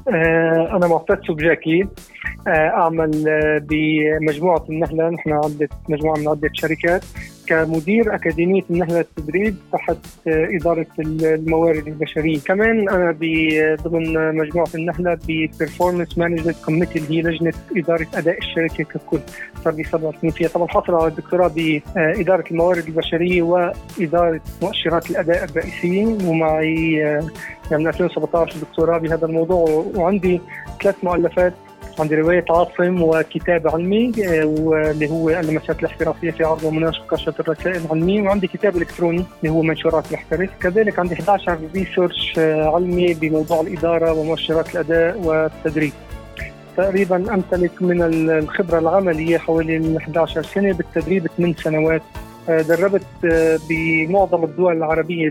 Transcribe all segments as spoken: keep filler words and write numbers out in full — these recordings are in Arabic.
آه، أنا معتز سبجاكي، آه، أعمل آه، بمجموعة النهلة. نحن عدة مجموعة من عدة شركات كمدير أكاديمية النهلة التدريب تحت آه، إدارة الموارد البشرية. كمان أنا ضمن مجموعة النهلة ببرفورمانس مانجمنت كوميتي اللي هي لجنة إدارة أداء الشركة ككل. صار لي سبع سنين فيها. طبعا حصل على الدكتوراه بإدارة الموارد البشرية وإدارة مؤشرات الأداء الرئيسية، ومعي آه، يعني من ألفين وسبعة عشر دكتوراه بهذا الموضوع. وعندي ثلاث مؤلفات، عندي رواية عاصم وكتاب علمي واللي هو اللمسات الاحترافية في عرض ومناقشة الرسائل العلمية، وعندي كتاب إلكتروني اللي هو منشورات الاحتراف. كذلك عندي إحدى عشر ريسيرش علمي بموضوع الإدارة ومؤشرات الأداء والتدريب. تقريبا أمتلك من الخبرة العملية حوالي إحدى عشرة سنة، بالتدريب ثمان سنوات. دربت بمعظم الدول العربية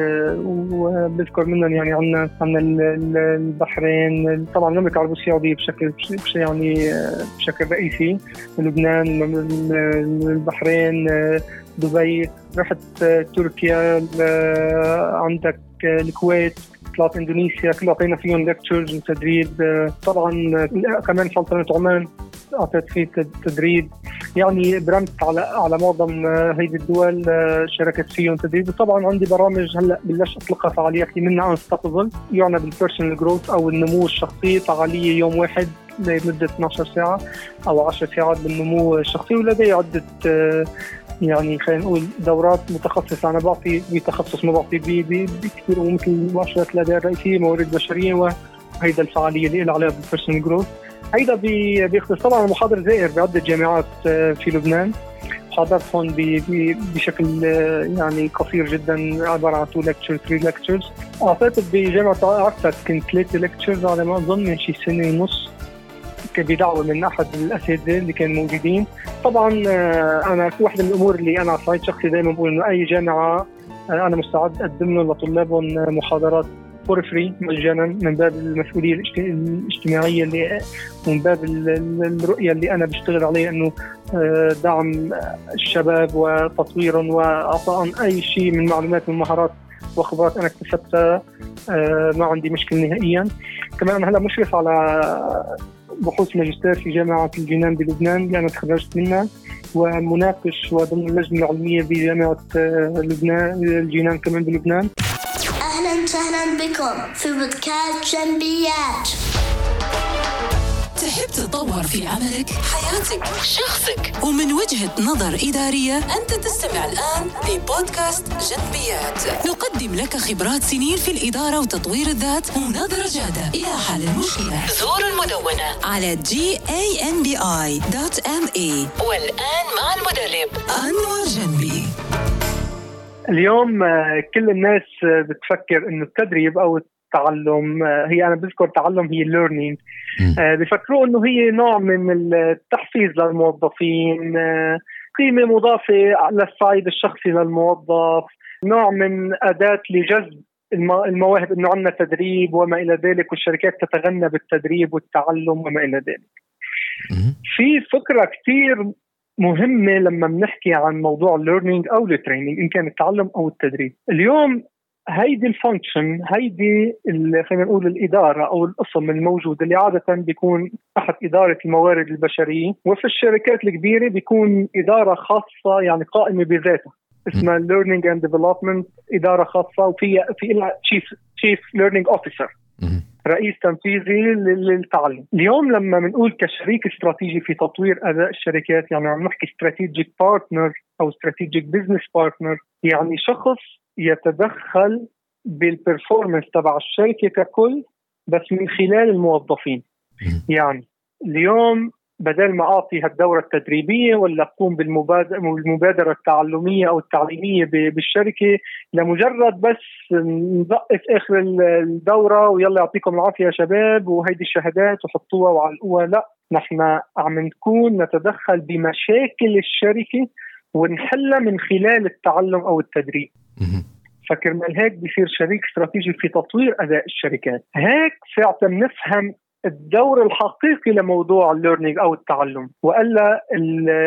وبذكر منهم يعني عنا عنا البحرين، طبعا المملكة العربية السعودية بشكل بشكل يعني بشكل رئيسي، لبنان، البحرين، دبي، رحت تركيا، عندك الكويت، طلعت اندونيسيا، كله اعطينا فيهم ليكتشرز وتدريب. طبعا كمان سلطنة عمان اعطيت فيه تدريب. يعني برمت على على معظم هذه الدول، شاركت فيهم تدريب. وطبعا عندي برامج هلا بلش اطلقها فعاليات منها انستابل، يعني بالبيرسونال جروث او النمو الشخصي، فعاليه يوم واحد لمده اثنعش ساعه او عشر ساعات بالنمو الشخصي. ولدي عده يعني خلينا نقول دورات متخصصة. أنا بعطي بتخصص ما بعطي بي بي كثير، ومثل مؤشرات الأداء الرئيسية، موارد بشرية، وهيدا الفعالية اللي عليها بالبيرسونال جروث. هيدا بيختص طبعا محاضر زائر بعدة جامعات في لبنان، حضرت هون بشكل يعني قصير جدا، عبارة عن تو ليكتشرز ثري ليكتشرز. أعطيت بجامعة عكسات كنت ثلاثة ليكتشرز على ما أظن من شي سنة ونص بدعوة من أحد الأساتذة اللي كانوا موجودين. طبعا أنا في واحدة من الأمور اللي أنا صعيد شخصي دائما بقول إنه أي جامعة أنا مستعد أقدم له لطلابهم محاضرات فور فري مجانا، من باب المسؤولية الاجتماعية اللي ومن باب الرؤية اللي أنا بشتغل عليها، إنه دعم الشباب وتطويرهم وأعطائهم أي شيء من معلومات ومهارات وخبرات أنا اكتسبتها. ما عندي مشكلة نهائيا. كمان أنا هلا مشرف على بحوث ماجستير في جامعة الجنان بلبنان اللي أنا تخرجت منها، ومناقش وضمن اللجنة العلمية بجامعة لبنان الجنان كمان بلبنان. أهلا وسهلا بكم في بودكاست جنبيات. تحب تتطور في عملك، حياتك، شخصك، ومن وجهة نظر إدارية؟ أنت تستمع الآن لبودكاست جنبيات. نقدم لك خبرات سنين في الإدارة وتطوير الذات ونظرة جادة إلى حل المشكلة. زور المدونة على جي إيه إن بي آي دوت إم إيه. والآن مع المدرب أنور جنبي. اليوم كل الناس بتفكر إنه التدريب أو التعلم، هي أنا بذكر تعلم هي learning، بيفكروا إنه هي نوع من التحفيز للموظفين، قيمة مضافة للصعيد الشخصي للموظف، نوع من أداة لجذب المواهب، إنه عندنا تدريب وما إلى ذلك، والشركات تتغنى بالتدريب والتعلم وما إلى ذلك. في فكرة كتير مهمة لما بنحكي عن موضوع الليرنينج أو التريننج، إن كان التعلم أو التدريب. اليوم هيدي الفانكشن، هيدي خلينا نقول الإدارة أو القسم الموجود اللي عادة بيكون تحت إدارة الموارد البشرية، وفي الشركات الكبيرة بيكون إدارة خاصة يعني قائمة بذاتها اسمها Learning and Development، إدارة خاصة، وفي في لها Chief Chief Learning Officer، رئيس تنفيذي للتعلم. اليوم لما بنقول كشريك استراتيجي في تطوير أداء الشركات، يعني عم نحكي Strategic Partner أو Strategic Business Partner، يعني شخص يتدخل بالبرفورمانس تبع الشركة ككل بس من خلال الموظفين. يعني اليوم بدل ما أعطي هالدورة التدريبية ولا أقوم بالمبادرة التعلمية أو التعليمية بالشركة لمجرد بس نضقف آخر الدورة ويلا يعطيكم العافية يا شباب وهيدي الشهادات وحطوها وعلقوها، لا، نحن عم نكون نتدخل بمشاكل الشركة ونحلها من خلال التعلم أو التدريب. فكرمال هيك بيصير شريك استراتيجي في تطوير أداء الشركات. هيك ساعتها بنفهم الدور الحقيقي لموضوع الليرنينج أو التعلم، وإلا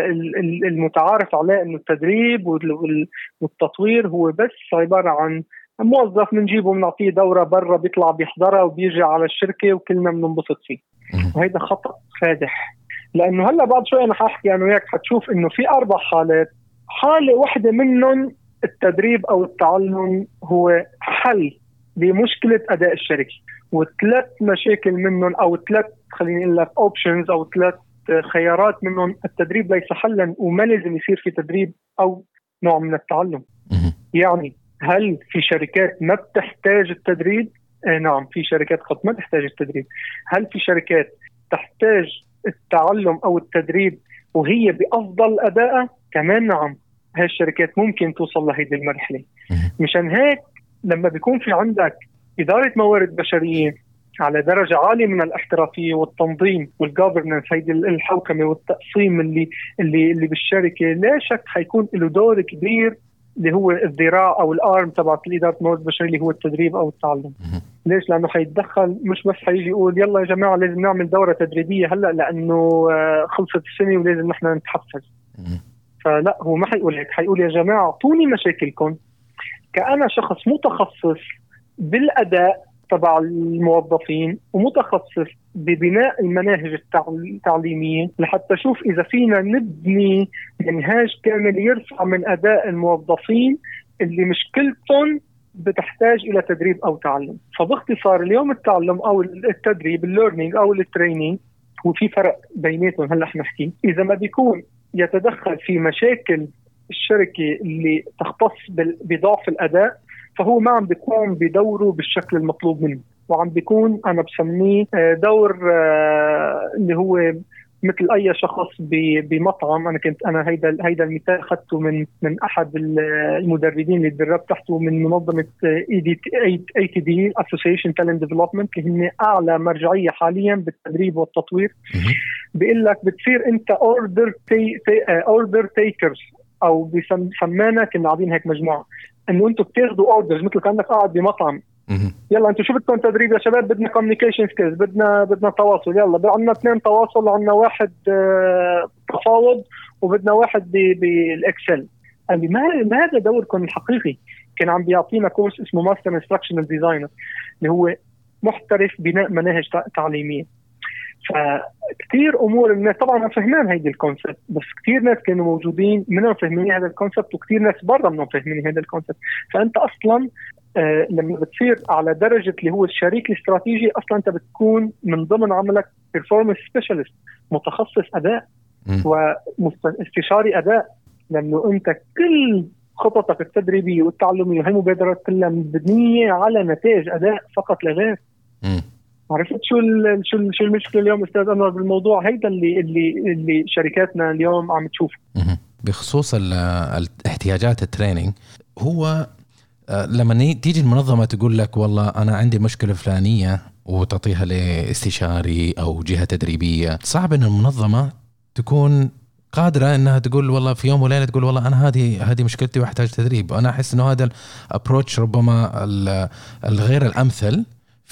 المتعارف عليه أنه التدريب والتطوير هو بس عبارة عن موظف بنجيبه بنعطيه دورة برا بيطلع بيحضرها وبيجي على الشركة وكلنا بننبسط فيه. وهيدا خطأ فادح، لأنه هلا بعد شوي أنا حاحكي أنا وياك حتشوف إنه في أربع حالات، حالة واحدة منهم التدريب أو التعلم هو حل لمشكلة أداء الشركة، وثلاث مشاكل منهم أو ثلاث خليني أقول لك options أو ثلاث خيارات منهم التدريب ليس حلا، وما لازم يصير في تدريب أو نوع من التعلم. يعني هل في شركات ما بتحتاج التدريب؟ آه نعم، في شركات قد ما تحتاج التدريب. هل في شركات تحتاج التعلم أو التدريب وهي بأفضل أداء؟ كمان نعم، هاي الشركات ممكن توصل لهذه المرحلة. مشان هيك لما بيكون في عندك إدارة موارد بشرية على درجة عالية من الاحترافية والتنظيم والجوفرنس، هيدي الحوكمة والتقسيم اللي اللي اللي بالشركة، لا شك حيكون له دور كبير اللي هو الذراع أو الأرم تبعت الإدارة موارد بشرية اللي هو التدريب أو التعلم. ليش؟ لأنه حيتدخل، مش بس حيجي يقول يلا يا جماعة لازم نعمل دورة تدريبية هلأ لأنه خلصت السنة ولازم نحن نتحفز. فلا، هو ما حيقول هيك، حيقول يا جماعة اعطوني مشاكلكم كأنا شخص متخصص بالأداء تبع الموظفين ومتخصص ببناء المناهج التعليمية لحتى شوف إذا فينا نبني منهاج كامل يرفع من أداء الموظفين اللي مشكلتهم بتحتاج إلى تدريب أو تعلم. فباختصار اليوم التعلم أو التدريب الليرنينج أو الترينينج، وفي فرق بيناتهم هلأ نحكي، إذا ما بيكون يتدخل في مشاكل الشركة اللي تختص بضعف الأداء فهو ما عم بيكون بدوره بالشكل المطلوب منه، وعم بيكون أنا بسميه دور اللي هو مثل أي شخص بمطعم. أنا كنت أنا هيدا هيدا المثال أخذته من من أحد المدربين اللي تدرب تحته من منظمة إيه تي دي Association Talent Development اللي هن أعلى مرجعية حاليا بالتدريب والتطوير. بيقول لك بتصير أنت order order takers أو بسمانا كنا قاعدين هيك مجموعة إنه أنتوا بتاخدوا أوردرز مثل كأنك قاعد بمطعم. يلا أنتوا شو بدكم تدريب يا شباب؟ بدنا communication skills، بدنا بدنا تواصل. يلا عندنا اثنين تواصل، عندنا واحد تفاوض، وبدنا واحد بالإكسل. قال لي ما هذا دوركم الحقيقي. كان عم بيعطينا كورس اسمه ماستر انستراكشنال ديزاينر اللي هو محترف بناء مناهج تعليمية. فكتير أمور الناس طبعا فهمان هيدي الكونسبت، بس كتير ناس كانوا موجودين منهم فهمين هذا الكونسبت، وكتير ناس برا منهم فهمين هذا الكونسبت. فأنت أصلا آه لما بتصير على درجة اللي هو الشريك الاستراتيجي، أصلا أنت بتكون من ضمن عملك performance specialist، متخصص أداء واستشاري أداء، لأنه أنت كل خططك التدريبية والتعلمية وهي مبادرات كلها مبنية على نتائج أداء فقط لا غير. عرفت شو ال شو ال شو المشكلة اليوم أستاذ أنور بالموضوع هيدا اللي اللي اللي شركاتنا اليوم عم تشوف بخصوص الاحتياجات التريننج. هو لما تيجي المنظمة تقول لك والله أنا عندي مشكلة فلانية وتعطيها لاستشاري أو جهة تدريبية، صعب إن المنظمة تكون قادرة إنها تقول والله في يوم وليلة تقول والله أنا هذه هذه مشكلتي واحتاج تدريب. أنا أحس إنه هذا الابروتش ربما الغير الأمثل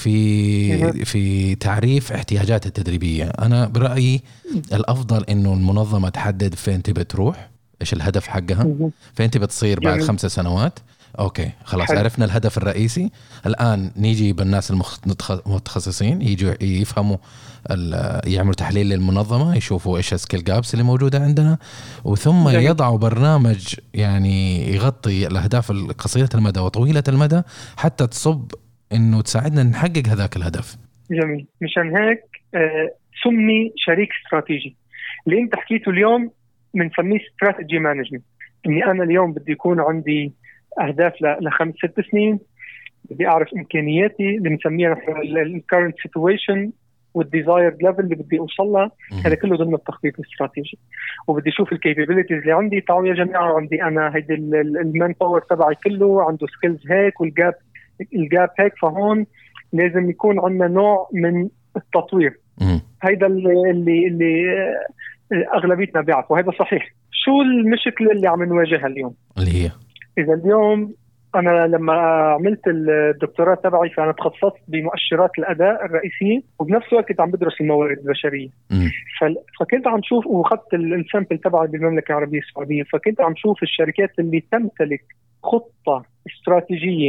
في في تعريف احتياجات التدريبية. أنا برأيي الأفضل إنه المنظمة تحدد فين تبي تروح، إيش الهدف حقها، فين تبي تصير بعد خمس سنوات. أوكي خلاص حل. عرفنا الهدف الرئيسي، الآن نيجي بالناس المتخصصين يجوا يفهموا يعملوا تحليل للمنظمة، يشوفوا إيش السكيل جابس اللي موجودة عندنا، وثم جميل. يضعوا برنامج يعني يغطي الأهداف القصيرة المدى وطويلة المدى حتى تصب إنه تساعدنا نحقق هذاك الهدف. جميل. مشان هيك آه سمي شريك استراتيجي. اللي انت حكيته اليوم بنسميه استراتيجي مانجمنت. إني أنا اليوم بدي يكون عندي أهداف لخمس ست سنين، بدي أعرف إمكانياتي اللي بنسميها الكارنت سيتويشن والديزايرد ليفل اللي بدي أوصلها، هذا كله ضمن التخطيط الاستراتيجي. وبدي أشوف الكابابيلتيز اللي عندي. تعالوا يا جماعة عندي أنا هيدي المان باور تبعي كله عنده سكيلز هيك والجاب الجاب هيك، فهون لازم يكون عندنا نوع من التطوير. هيدا اللي اللي, اللي أغلبيتنا بيعرفوا، وهذا صحيح. شو المشكلة اللي عم نواجهها اليوم؟ اللي هي إذا اليوم أنا لما عملت الدكتوراه تبعي فأنا تخصصت بمؤشرات الأداء الرئيسية، وبنفس الوقت كنت عم بدرس الموارد البشرية. فكنت عم شوف وخدت السامبل تبعي بالمملكة العربية السعودية، فكنت عم شوف الشركات اللي تمتلك خطة استراتيجية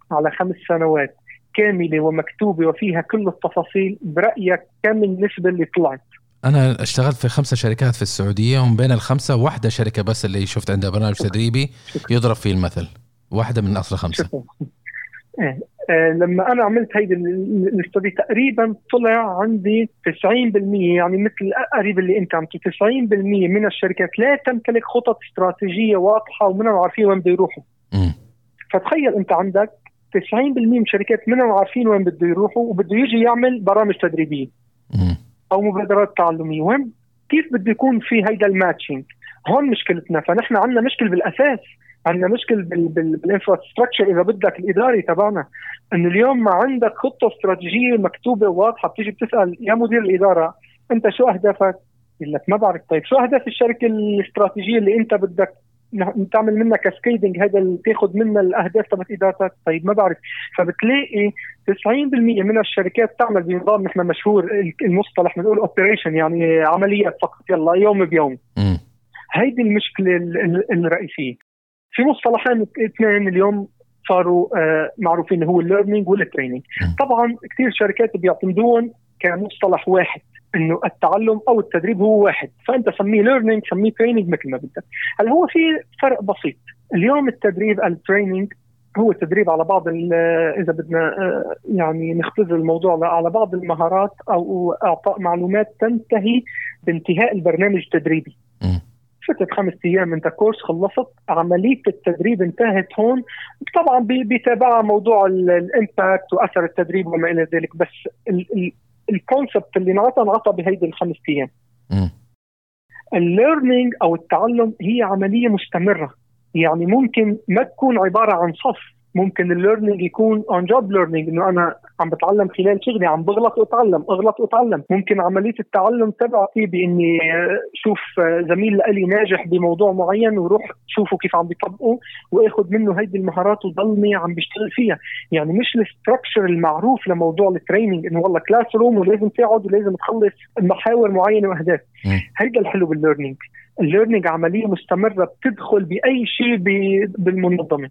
على خمس سنوات كاملة ومكتوبة وفيها كل التفاصيل، برأيك كم النسبة اللي طلعت؟ أنا اشتغلت في خمسة شركات في السعودية، ومن بين الخمسة واحدة شركة بس اللي شفت عندها برنامج تدريبي يضرب فيه المثل، واحدة من أصل خمسة. آه. آه. لما أنا عملت هيدا الاستودي تقريبا طلع عندي تسعين بالمية، يعني مثل قريب اللي أنت عملته، تسعين بالمية من الشركات لا تمتلك خطط استراتيجية واضحة ومنهم عارفين وين بده يروحوا. م. فتخيل أنت عندك تسعين بالمية من شركات منهم عارفين وين بده يروحوا وبده يجي يعمل برامج تدريبية م. أو مبادرات تعلمية، وين كيف بده يكون في هيدا الماتشينج؟ هون مشكلتنا. فنحن عندنا مشكل بالأساس، عندنا مشكل بالانفراستراكشر إذا بدك الإداري تبعنا، إنه اليوم ما عندك خطة استراتيجية مكتوبة واضحة. بتيجي بتسأل يا مدير الإدارة أنت شو أهدافك؟ يقول لك ما بعرف. طيب شو أهداف الشركة الاستراتيجية اللي أنت بدك تعمل منها كاسكيدنج، هذا اللي تاخد منها الأهداف تبعت إدارتك؟ طيب ما بعرف. فبتلاقي تسعين بالمية من الشركات تعمل بنظام نحن مشهور المصطلح بنقول اوبريشن، يعني عمليات فقط، يلا يوم بيوم. هيدي المشكلة الرئيسية. في مصطلحين اثنين اليوم صاروا آه معروفين، هو الليرنينج والتريننج. طبعا كثير شركات بيعتمدون كمصطلح واحد، انه التعلم او التدريب هو واحد، فانت سميه ليرنينج سميه تريننج مثل ما بدك. هل هو في فرق بسيط. اليوم التدريب التريننج هو التدريب على بعض اذا بدنا آه يعني نختزل الموضوع على بعض المهارات او اعطاء معلومات تنتهي بانتهاء البرنامج التدريبي. فتت خمس أيام أنت كورس خلصت، عملية التدريب انتهت هون. طبعا بيتابع موضوع الامباكت وأثر التدريب وما إلى ذلك، بس الكونسبت اللي نعطى نعطى بهيدي الخمس أيام. الليرنينج أو التعلم هي عملية مستمرة، يعني ممكن ما تكون عبارة عن صف، ممكن الليرنينج يكون on job learning، إنه أنا عم بتعلم خلال شغلي، عم بغلط وأتعلم أغلط وأتعلم. ممكن عملية التعلم تبعتي بإني شوف زميل لي ناجح بموضوع معين وروح شوفه كيف عم بيطبقه وأخذ منه هيدي المهارات وضلني عم بيشتغل فيها. يعني مش الستركشر المعروف لموضوع التريننج إنه والله كلاس روم ولازم تقعد ولازم تخلص محاور معينة وأهداف. هيدا الحلو بالليرنينج. الليرنينج عملية مستمرة بتدخل بأي شيء بالمنظمة.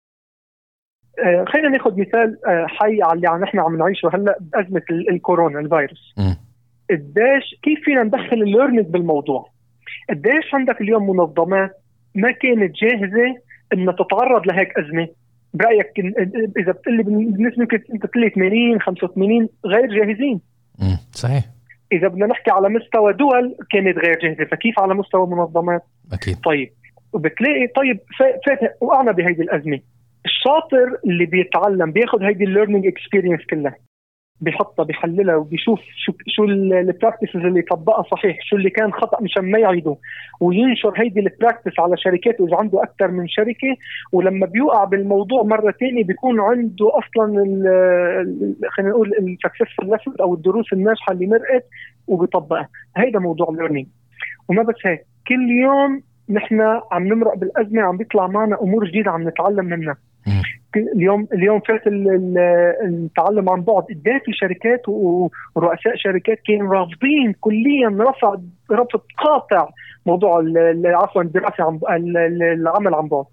آه خلينا ناخذ مثال آه حي على اللي نحن عم نعيشه هلا بأزمة الكورونا الفيروس. قديش كيف فينا ندخل الليرنينج بالموضوع؟ قديش عندك اليوم منظمات ما كانت جاهزة إنها تتعرض لهيك أزمة؟ برأيك إذا بتقلي بالنسبة ممكن أنت تقلي ثمانين خمسة وثمانين غير جاهزين. امم صحيح. إذا بدنا نحكي على مستوى دول كانت غير جاهزة، فكيف على مستوى منظمات؟ أكيد. طيب وبتلاقي طيب فات وقعنا بهيدي الأزمة. الشاطر اللي بيتعلم بياخد هيدي الليرنينج اكسبيرينس كلها، بيحطها بيحللها وبيشوف شو شو البراكتسز اللي طبقها صحيح، شو اللي كان خطأ مشان ما يعيده، وينشر هيدي البراكتس على شركات إذا عنده أكثر من شركة. ولما بيوقع بالموضوع مرة تانية بيكون عنده أصلا خلينا نقول السكسسفul ليسنز أو الدروس الناجحة اللي مرقت وبيطبقها. هيدا موضوع الليرنينج. وما بس هيك، كل يوم نحن عم نمرق بالأزمة، عم بيطلع معنا أمور جديدة عم نتعلم منها. اليوم اليوم فات التعلم عن بعد، قدام في شركات ورؤساء شركات كانوا رافضين كليا رفع رفض قاطع موضوع عفوا الدراسة عن العمل عن بعد.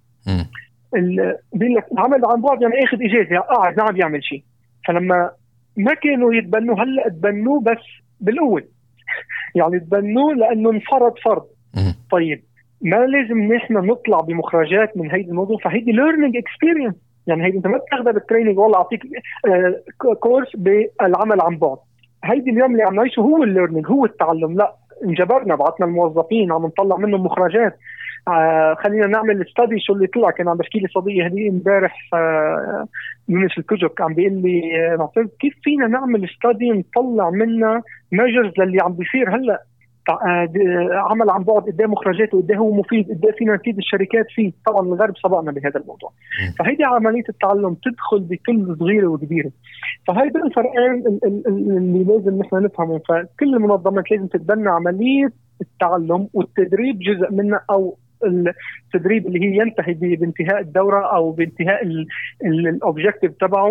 بيقول لك العمل عن بعد يعني اخذ اجازة قاعد ما عم يعمل شيء. فلما ما كانوا يتبنوا هلا تبنوه بس بالقوة يعني تبنوه لأنه انفرض فرض. طيب ما لازم نحن نطلع بمخرجات من هيدا الموضوع؟ فهيدي learning experience. يعني هيدي انت ما بتاخدها بالتريننج والله اعطيك آه كورس بالعمل عن بعد. هيدي اليوم اللي عم نعيشه هو الليرنينج، هو التعلم. لا انجبرنا، بعتنا الموظفين عم نطلع منهم مخرجات. آه خلينا نعمل ستادي. شو اللي طلع؟ كان عم بحكي لي صديقي هدي امبارح آه يونس الكجك عم بيقول لي آه كيف فينا نعمل ستادي نطلع منها ميجرز للي عم بيصير هلا. عمل عن بعد قدام مخرجاته، قدام هو مفيد، قدام فينا نفيد الشركات فيه. طبعا الغرب سبقنا بهذا الموضوع. فهيدي عملية التعلم تدخل بكل صغيرة وكبيرة. فهيدا الفرقين اللي لازم نحن نفهمه. فكل المنظمات لازم تتبنى عملية التعلم والتدريب جزء منه، أو التدريب اللي هي ينتهي بانتهاء الدورة أو بانتهاء الأوبجيكتيف تبعه.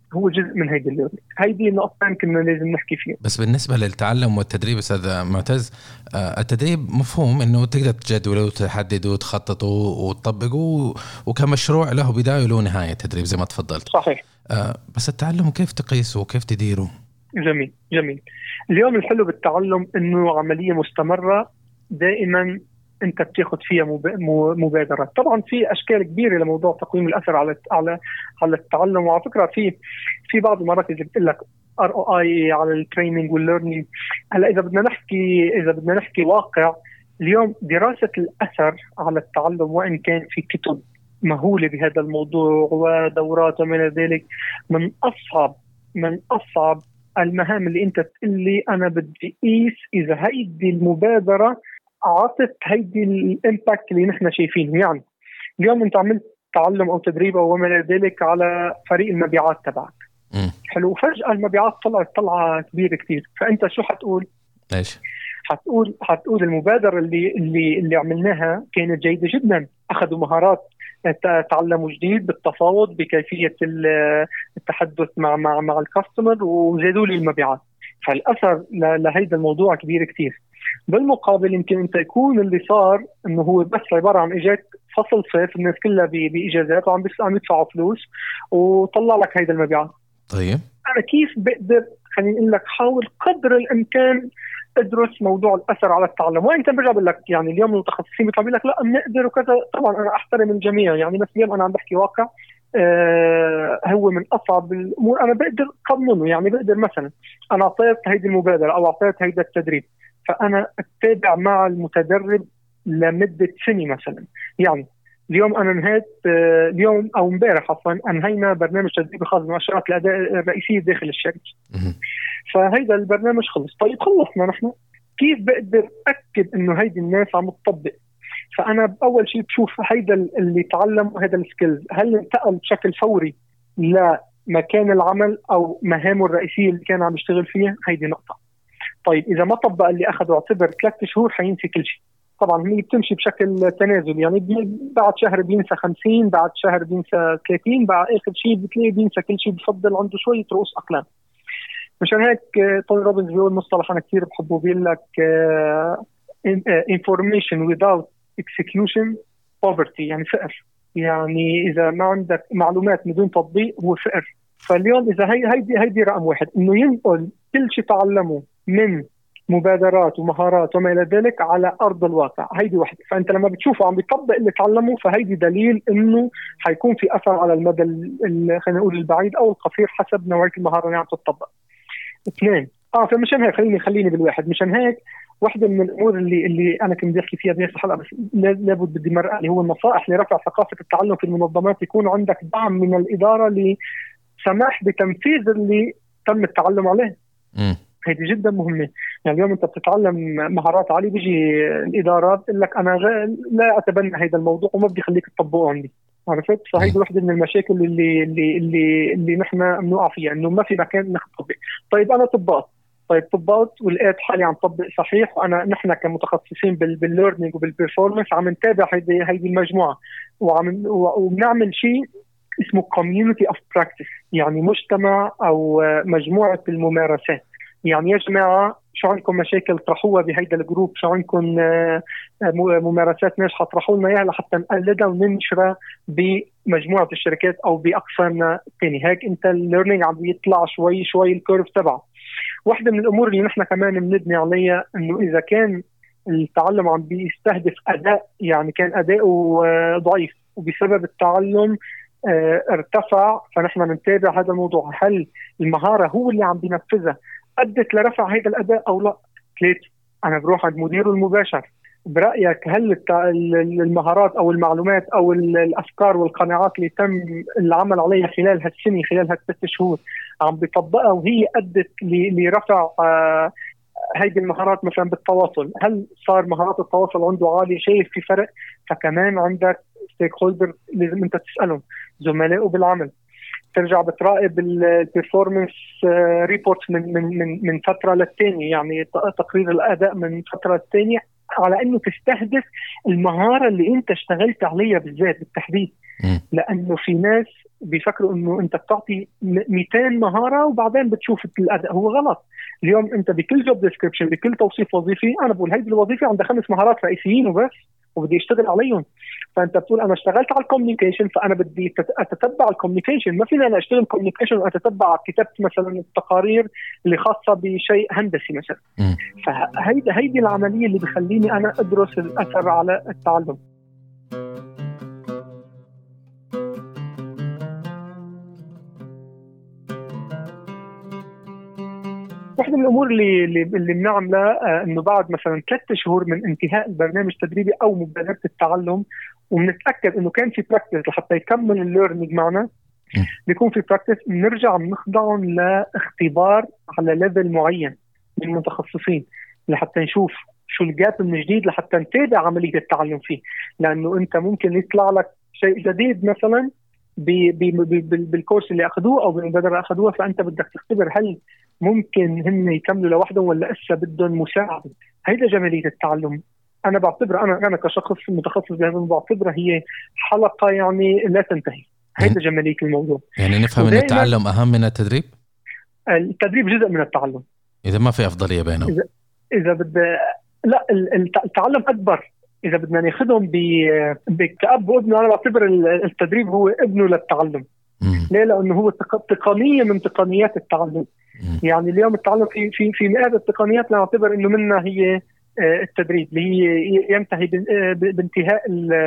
هو جزء من هيدي الليرنينج. هيدي نقطتين كنا لازم نحكي فيها. بس بالنسبة للتعلم والتدريب أستاذ معتز، التدريب مفهوم إنه تقدر تجدوله وتحدده وتخططه وتطبقه وكمشروع له بداية وله نهاية تدريب زي ما تفضلت. صحيح. بس التعلم كيف تقيسه وكيف تديره؟ جميل جميل. اليوم الحلو بالتعلم إنه عملية مستمرة دائما أنت بتاخد فيها مبادرات. طبعا في أشكال كبيرة لموضوع تقويم الأثر على على على التعلم. وعلى فكرة في في بعض المراكز اللي بتقول لك آر أو آي على التريننج والليرنينج. هلا إذا بدنا نحكي إذا بدنا نحكي واقع، اليوم دراسة الأثر على التعلم وإن كان في كتب مهولة بهذا الموضوع ودورات وما ذلك، من أصعب من أصعب المهام اللي أنت تقول لي أنا بدي قيس إذا هيدي المبادرة عطت هيدي الإمباكت اللي نحن شايفينه. يعني اليوم أنت عملت تعلم أو تدريب أو ما ذلك على فريق المبيعات تبعك، حلو، فجأة المبيعات طلعت طلعة كبيرة كتير، فأنت شو حتقول؟ إيش؟ حتقول حتقول المبادرة اللي اللي اللي عملناها كانت جيدة جدا، أخذوا مهارات، تعلموا جديد بالتفاوض بكيفية التحدث مع مع مع الكاستمر وزادوا لي المبيعات. فالأثر لهذا الموضوع كبير كتير. بالمقابل يمكن أنت يكون اللي صار إنه هو بس عبارة عن إجاك فصل صيف الناس كلها بإجازات وعم عم يدفعوا فلوس وطلع لك هيدا المبيعات. طيب أنا كيف بقدر خليني أقول لك حاول قدر الإمكان ادرس موضوع الأثر على التعلم. وإن كان برجع بقول لك يعني اليوم المتخصصين بيطلعوا لك لا بنقدر وكذا. طبعا أنا أحترم الجميع يعني، بس اليوم أنا عم بحكي واقع آه هو من أصعب الأمور أنا بقدر قانونه. يعني بقدر مثلا أنا أعطيت هيدي المبادرة أو أعطيت هيدا التدريب، فأنا أتابع مع المتدرب لمدة سنة مثلا. يعني اليوم أنا نهيت آه اليوم أو امبارح عفوا أنهينا برنامج تدريب خاص بمؤشرات الأداء الرئيسية داخل الشركة. فهيدا البرنامج خلص. طيب خلصنا نحن، كيف بقدر أكد إنه هيدي الناس عم تطبق؟ فأنا بأول شيء بشوف هيدا اللي تعلم وهيدا السكيلز هل انتقل بشكل فوري لمكان العمل أو مهامه الرئيسية اللي كان عم يشتغل فيها. هيدي نقطة. طيب إذا ما طبق اللي أخذه اعتبر ثلاثة شهور حينسي كل شيء. طبعا هي بتمشي بشكل تنازل، يعني بعد شهر بينسى خمسين، بعد شهر بينسى ثلاثين، بعد آخر شيء بتلاقي بينسى كل شيء، بفضل عنده شوية رؤوس أقلام. مشان هيك توني روبنز بيقول مصطلح أنا كتير بحبه، بيقول لك information without execution poverty، يعني فقر. يعني إذا ما عندك معلومات بدون تطبيق هو فقر. فاليوم إذا هي هيدي هيدي رقم واحد، إنه ينقل كل شيء تعلمه من مبادرات ومهارات وما إلى ذلك على أرض الواقع. هيدي واحدة. فأنت لما بتشوفه عم بيطبق اللي تعلمه فهيدي دليل إنه حيكون في أثر على المدى خلينا نقول البعيد أو القصير حسب نوعية المهارة اللي عم تطبق. اثنين اه فمشان هيك خليني خليني بالواحد. مشان هيك واحدة من الأمور اللي اللي أنا كنت بدي أحكي فيها بهذه الحلقة بس لابد بدي مرة اللي هو النصائح لرفع ثقافة التعلم في المنظمات. يكون عندك دعم من الإدارة لسماح بتنفيذ اللي تم التعلم عليه. م. هذه جدا مهمة. يعني اليوم أنت بتتعلم مهارات عالية، بيجي الإدارات تقول لك أنا لا أتبنى هذا الموضوع وما بدي خليك تطبقه عندي. عرفت؟ فهيدي واحدة من المشاكل اللي اللي اللي اللي نحن بنقع فيها، إنه ما في مكان نطبق. طيب أنا طبقت طيب طبقت ولقيت حالي عم طبق صحيح، وأنا نحن كمتخصصين بال بالليرنينج وبالبرفورمانس عم نتابع هيدي هيدي المجموعة وعم وبنعمل شيء اسمه community of practice، يعني مجتمع أو مجموعة الممارسات. يعني يا جماعة شو عندكم مشاكل طرحوها بهيدا الجروب، شو عندكم ممارسات ناجحة طرحوا لنا إياها لحتى نقلدها وننشرها بمجموعة الشركات أو بأقسامنا الثاني. هيك أنت الليرنينج عم بيطلع شوي شوي الكيرف تبعه. واحدة من الأمور اللي نحن كمان بنبني عليها إنه إذا كان التعلم عم بيستهدف أداء، يعني كان أداؤه ضعيف وبسبب التعلم ارتفع، فنحن نتابع هذا الموضوع. هل المهارة هو اللي عم بينفذها أدت لرفع هذا الأداء أو لا؟ ثلاثة، أنا بروح عند مديره المباشر برأيك هل المهارات أو المعلومات أو الأفكار والقناعات اللي تم العمل عليها خلال هالسنة خلال هالست شهور عم بيطبقها وهي أدت لرفع هيدي المهارات مثلا بالتواصل؟ هل صار مهارات التواصل عنده عالية؟ شايف في فرق؟ فكمان عندك ستيك هولدر لازم أنت تسألهم، زملائه بالعمل. ترجع بتراقب البرفورمانس ريبورت من من من من فتره للتانية، يعني تقرير الاداء من فتره للتانية على انه تستهدف المهاره اللي انت اشتغلت عليها بالذات بالتحديد. م. لانه في ناس بيفكروا انه انت بتعطي مئتين مهاره وبعدين بتشوف الاداء. هو غلط. اليوم انت بكل جوب ديسكريبشن بكل توصيف وظيفي انا بقول هيدي الوظيفه عندها خمس مهارات رئيسيين وبس وبدي اشتغل عليهم. فانت بتقول انا اشتغلت على الكوميونيكيشن فانا بدي اتتبع الكوميونيكيشن. ما فينا انا اشتغل كوميونيكيشن واتتبع كتابه مثلا التقارير اللي خاصه بشيء هندسي مثلا. فهيدي هيدي العمليه اللي بخليني انا ادرس الاثر على التعلم. واحدة من الأمور اللي اللي بنعملها إنه بعد مثلا ثلاثة شهور من انتهاء البرنامج التدريبي أو مبادرة التعلم وبنتأكد إنه كان في براكتس لحتى يكمل الليرنينج معنا، بيكون في براكتس بنرجع بنخضعهم لاختبار على ليفل معين من المتخصصين لحتى نشوف شو الجاب من جديد لحتى نتابع عملية التعلم فيه. لأنه أنت ممكن يطلع لك شيء جديد مثلا بالكورس اللي أخذوه أو بالمبادرة اللي أخذوها، فأنت بدك تختبر هل ممكن هم يكملوا لوحدهم ولا إسا بدهم مساعدة. هيدا جمالية التعلم. أنا بعتبر أنا أنا كشخص متخصص بهذا بعتبرها هي حلقة يعني لا تنتهي. هيدا جمالية الموضوع. يعني نفهم أن التعلم أهم من التدريب؟ التدريب جزء من التعلم. إذا ما في أفضلية بينهم. إذا, إذا بد لا التعلم أكبر. إذا بدنا ناخذهم بكأب وابنه أنا بعتبر التدريب هو ابنه للتعلم. مم. ليه؟ لأنه هو تقنية من تقنيات التعلم. مم. يعني اليوم التعلم في في في مئات التقنيات لا نعتبر إنه منها هي التدريب اللي هي ينتهي بانتهاء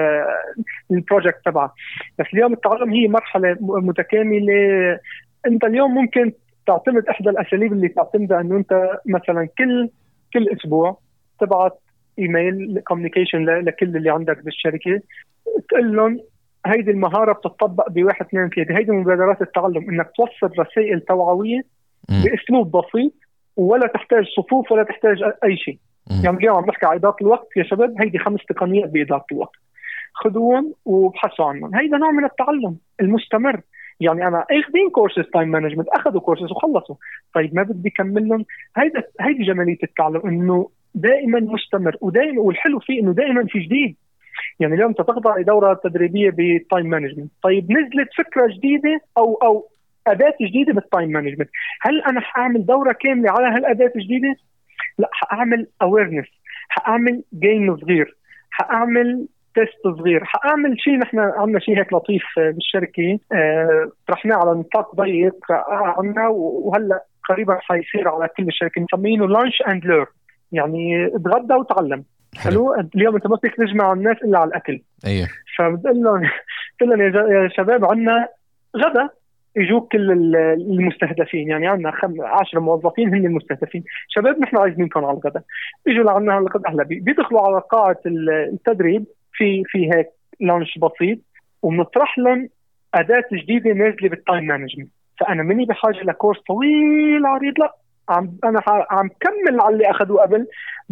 البروجكت تبعه. بس اليوم التعلم هي مرحلة متكاملة. أنت اليوم ممكن تعتمد إحدى الأساليب اللي تعتمدها إنه أنت مثلا كل كل أسبوع تبعت إيميل كوميونيكيشن لكل اللي عندك بالشركة تقول لهم هيدي المهارة بتطبق بواحد اثنين ثلاثة. هيدي مبادرات التعلم إنك توصل رسائل توعوية بأسلوب بسيط ولا تحتاج صفوف ولا تحتاج أي شيء. يعني اليوم عم نحكي عن إدارة الوقت يا شباب، هيدي خمس تقنيات بإدارة الوقت خذوهم وبحثوا عنهم. هيدا نوع من التعلم المستمر. يعني أنا أخذين كورسز تايم مانجمنت أخذوا كورسز وخلصوا، طيب ما بدي كملهم. هيدا هيدي جمالية التعلم إنه دائما مستمر ودائما، والحلو فيه إنه دائما في جديد. يعني اليوم تتخضع دورة تدريبية بالتايم مانجمنت، طيب نزلت فكرة جديدة أو أو أداة جديدة بالتايم مانجمنت، هل أنا حأعمل دورة كاملة على هالأداة الجديدة؟ لا، حأعمل awareness، حأعمل جيم صغير، حأعمل تيست صغير، حأعمل شيء. نحن عندنا شيء هيك لطيف بالشركة اه طرحناه على نطاق ضيق عنا وهلأ قريبا حيصير على كل الشركة، نسمينه لانش اند ليرن، يعني اتغدى وتعلم. حلو. اليوم انت ما فيك تجمع الناس الا على الاكل. ايوه. فبتقول لهم قلت لهم يا شباب عندنا غدا، يجوك كل المستهدفين، يعني عندنا عشرة موظفين هن المستهدفين. شباب نحن عايزينكم على الغدا، بيجوا لعنا على الغدا. هلا بيدخلوا على قاعة التدريب في في هيك لانش بسيط وبنطرح لهم أداة جديدة نازلة بالتايم مانجمنت. فأنا مني بحاجة لكورس طويل عريض، لا، عم أنا عم كمل على اللي أخذوه قبل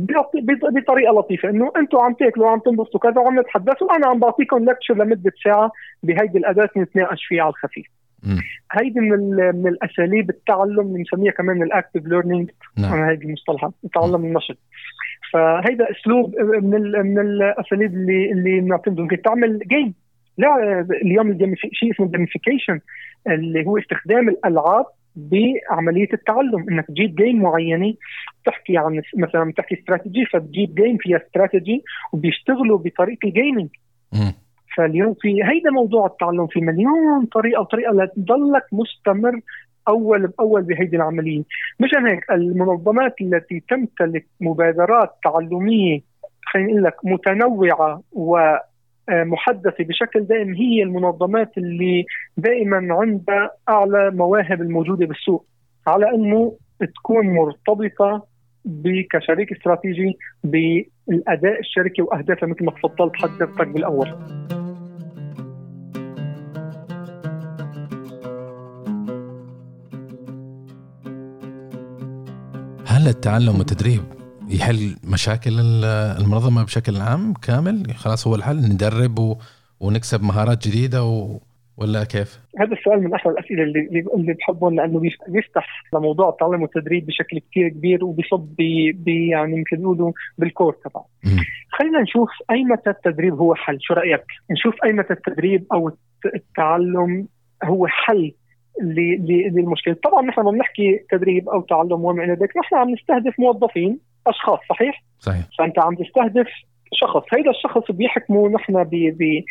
بطريقة لطيفة، إنه أنتوا عم تاكلوا وعم تنبسطوا كذا وعم نتحدثوا، أنا عم بعطيكم لكتشر لمدة ساعة بهيدي الأداة نتناقش فيها على الخفيف. هيدي من من الأساليب التعلم اللي نسميها كمان الأكتيف ليرنينج. أنا هيدي المصطلحات التعلم النشط. فهيدا أسلوب من من الأساليب اللي اللي بنعتمده. ممكن تعمل جيم. لا، اليوم الجيم شيء اسمه جيميفيكيشن اللي هو استخدام الألعاب بعملية التعلم. انك تجيب جيم معينة تحكي عن مثلا تحكي استراتيجي، فتجيب جيم فيها استراتيجي وبيشتغلوا بطريقة الجيمينج. فاليوم في هيدا موضوع التعلم في مليون طريقة وطريقة لتضلك مستمر أول بأول بهيدي العملية. مشان هيك المنظمات التي تمتلك مبادرات تعلمية خلينا نقول لك متنوعة و محدثة بشكل دائم هي المنظمات اللي دائما عندها أعلى مواهب الموجودة بالسوق، على أنه تكون مرتبطة كشريك استراتيجي بالأداء الشركي وأهدافها مثل ما تفضلت حضرتك بالأول. هل التعلم والتدريب يحل مشاكل المنظمة بشكل عام كامل؟ خلاص هو الحل ندرب و... ونكسب مهارات جديدة و... ولا كيف؟ هذا السؤال من أحلى الأسئلة اللي اللي بحبهم، لأنه بيفتح لموضوع التعلم والتدريب بشكل كتير كبير، وبيصب بي يعني مثل يقولوا بالكور تبعه. خلينا نشوف أي متى التدريب هو حل. شو رأيك نشوف أي متى التدريب أو التعلم هو حل للمشكلة؟ طبعا نحن لما بنحكي تدريب أو تعلم وما إلى ذلك نحن عم نستهدف موظفين، أشخاص، صحيح؟ صحيح. فأنت عم تستهدف شخص، هيدا الشخص بيحكموا نحن ب ب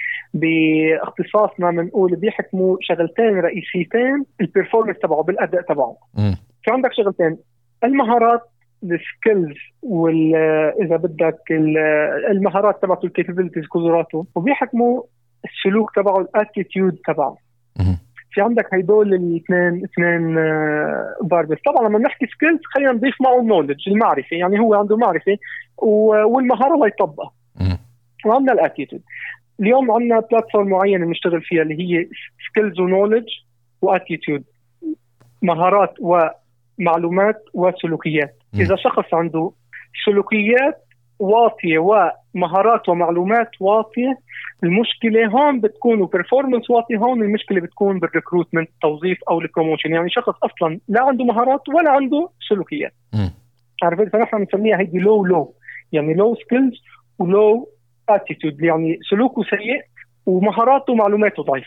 باختصاصنا بنقول بيحكموا شغلتين رئيسيتين البرفورمانس تبعه، بالأداء تبعه. في عندك شغلتين، المهارات، السكيلز، وال إذا بدك المهارات تبعته، الكابابيلتيز، قدراته، وبيحكموا السلوك تبعه، الاتيتيود تبعه. في عندك هيدول الاثنين اثنين باربس. طبعا لما نحكي سكيلز خلينا نضيف معه النولج، المعرفة، يعني هو عنده معرفة والمهارة لا يطبقها. وعندنا الاتيتيود. اليوم عندنا بلاتفورم معينة نشتغل فيها اللي هي سكيلز ونولج واتيتيود، مهارات ومعلومات وسلوكيات. إذا شخص عنده سلوكيات واطية ومهارات ومعلومات واطية، المشكلة هون بتكون وبرفورمانس واطي، هون المشكلة بتكون بالريكروتمنت، توظيف أو البروموشن. يعني شخص أصلا لا عنده مهارات ولا عنده سلوكيات، عارفين؟ فنحن نسميها هيدي لو لو يعني لو سكيلز ولو اتيتيود، يعني سلوكه سيء ومهاراته ومعلوماته ضعيف.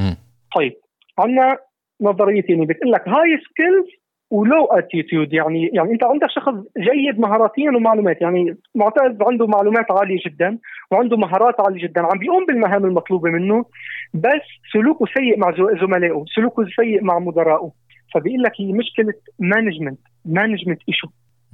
طيب عندنا نظريتين بتقول لك هاي سكيلز ولو اتيتيود، يعني يعني انت عندك شخص جيد مهاراتيا ومعلومات، يعني معتز عنده معلومات عاليه جدا وعنده مهارات عاليه جدا، عم بيقوم بالمهام المطلوبه منه، بس سلوكه سيء مع زملائه، سلوكه سيء مع مدرائه. فبيقول لك هي مشكله مانجمنت مانجمنت ايشو،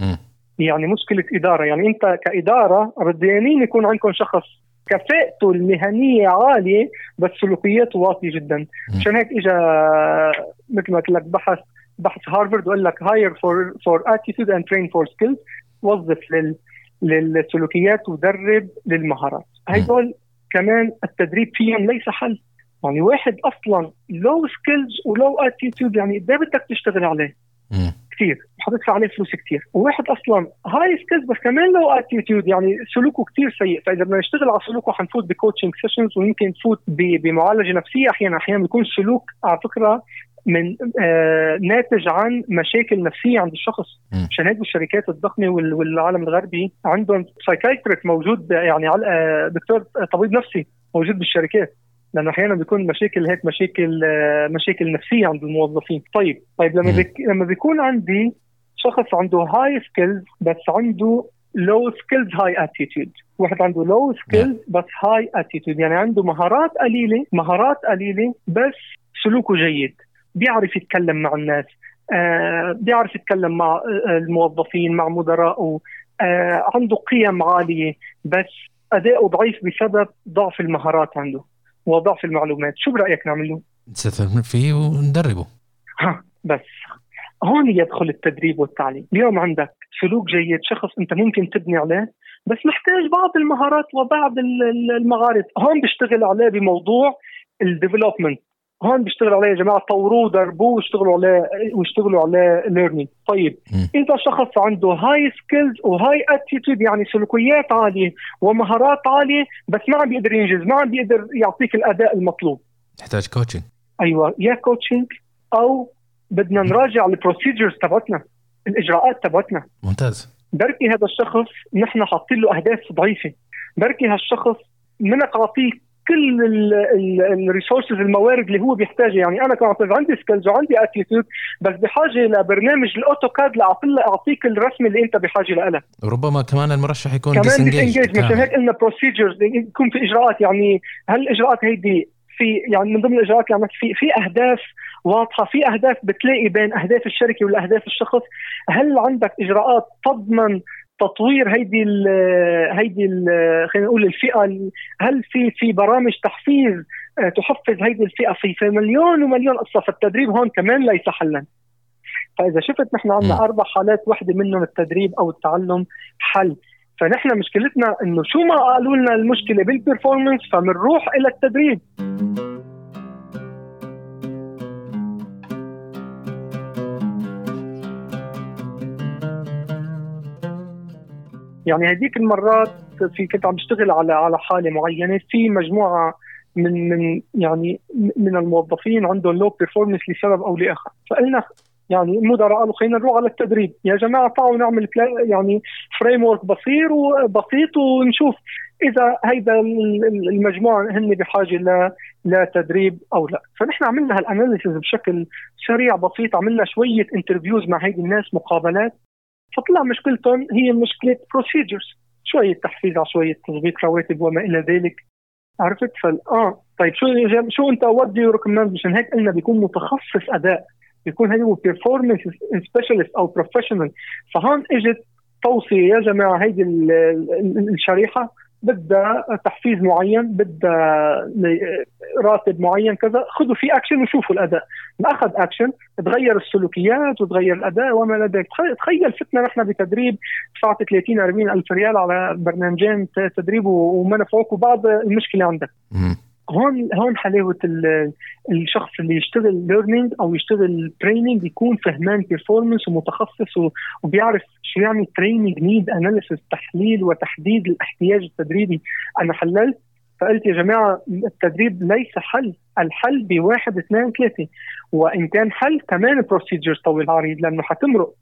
يعني مشكله اداره. يعني انت كاداره رضيانين يكون عندكم شخص كفاءته المهنيه عاليه بس سلوكياته واطيه جدا. عشان هيك اجى مثل ما قلت لك بحث بحث هارفارد وقال لك hire for for attitude and train for skills، وظف لل للسلوكيات ودرب للمهارات. هيدول كمان التدريب فيهم ليس حل. يعني واحد اصلا low skills و low attitude، يعني قد ايه بدك تشتغل عليه؟ كثير، وحتدفع عليه فلوس كثير. وواحد اصلا high skills بس كمان low attitude، يعني سلوكه كثير سيء. فاذا بدنا نشتغل على سلوكه حنفوت بكوتشنج سيشنز، ويمكن نفوت بمعالجه نفسيه. احيانا احيانا بيكون سلوك على فكره من آه ناتج عن مشاكل نفسية عند الشخص. عشان هيك الشركات الضخمة والعالم الغربي عندهم سايكايتريك موجود، يعني آه دكتور طبيب نفسي موجود بالشركات، لأن أحيانا بيكون مشاكل هيك مشاكل آه مشاكل نفسية عند الموظفين. طيب طيب لما بيك لما بيكون عندي شخص عنده هاي سكيلز بس عنده low skills high attitude، واحد عنده low skills بس high attitude، يعني عنده مهارات قليلة مهارات قليلة بس سلوكه جيد، بيعرف يتكلم مع الناس، آه بيعرف يتكلم مع الموظفين، مع مدراءه، آه عنده قيم عالية بس أداؤه ضعيف بسبب ضعف المهارات عنده وضعف المعلومات. شو برأيك نعمله؟ نستثمر فيه وندربه. ها بس هون يدخل التدريب والتعليم. اليوم عندك سلوك جيد، شخص أنت ممكن تبني عليه بس محتاج بعض المهارات وبعض المغارات. هون بيشتغل عليه بموضوع الديفلوبمنت، هون بيشتغل عليه يا جماعة، طوروه دربوه واشتغلوا عليه واشتغلوا عليه ليرنينج. طيب إذا شخص عنده هاي سكيلز وهاي اتيتيود، يعني سلوكيات عالية ومهارات عالية بس ما عم بيقدر ينجز، ما عم بيقدر يعطيك الأداء المطلوب، يحتاج كوتشنج. أيوة، يا كوتشنج أو بدنا نراجع البروسيجرز تبعتنا، الإجراءات تبعتنا. ممتاز. بركي هذا الشخص نحن حاطين له أهداف ضعيفة، بركي هالشخص منك عطيه كل الريسورسز الموارد اللي هو بيحتاجها. يعني انا كنت عندي سكيلز وعندي اتيتيود بس بحاجه لبرنامج الاوتوكاد لاعطيك الرسمه اللي انت بحاجه لها. وربما كمان المرشح يكون كمان ديسنجيج. مشان هيك قلنا بروسيجرز، يكون في اجراءات. يعني هل الاجراءات هيدي في يعني من ضمن الاجراءات يعني في في اهداف واضحه، في اهداف بتلاقي بين اهداف الشركه والاهداف الشخص. هل عندك اجراءات تضمن تطوير هيدي ال هيدي ال خلينا نقول الفئه؟ هل في في برامج تحفيز تحفز هيدي الفئه؟ في, في مليون ومليون قصه. فالتدريب هون كمان ليس حلا. فاذا شفت نحن عندنا اربع حالات، واحده منهم التدريب او التعلم حل. فنحن مشكلتنا انه شو ما قالوا لنا المشكله بالبرفورمانس فمنروح الى التدريب. يعني هذيك المرات في كنت عم بشتغل على على حالة معينة، في مجموعة من من يعني من الموظفين عندهم لو بيرفورمنس لسبب او لاخر. فقلنا يعني المدراء قالوا خلينا نروح على التدريب يا جماعه، تعالوا نعمل يعني فريم ورك بسيط وبسيط ونشوف اذا هيدا المجموعه هن بحاجه ل لتدريب او لا. فنحن عملنا هالاناليسيس بشكل سريع بسيط، عملنا شويه انترفيوز مع هيدي الناس، مقابلات، فطلع مشكلتهم هي مشكله بروسيجرز، شويه تحفيز على شويه تظبيط رواتب وما الى ذلك. عرفت؟ فال اه طيب شو شو انت what do you recommend؟ مشان هيك قلنا بيكون متخصص اداء، بيكون هو performance specialist او professional. فهون اجت توصية يا جماعة، هيدي الشريحة بدها تحفيز معين، بدها راتب معين كذا، خذوا في اكشن وشوفوا الاداء. ناخذ اكشن، تغير السلوكيات وتغير الاداء وما لديك. تخيل فتنا نحن بتدريب دفعت ثلاثين أربعين الف ريال على برنامجين تدريب وما نفعوك وبعض المشكلة عندك. هون هون حلاوة الشخص اللي يشتغل ليرنينج او يشتغل تريننج يكون فهمان بيرفورمانس ومتخصص وبيعرف شو يعني تريننج نيد اناليسيس، تحليل وتحديد الاحتياج التدريبي. انا حللت فقلت يا جماعة التدريب ليس حل، الحل بواحد اثنين ثلاثة، وإن كان حل كمان بروسيجر طويل عريض، لأنه حتمرق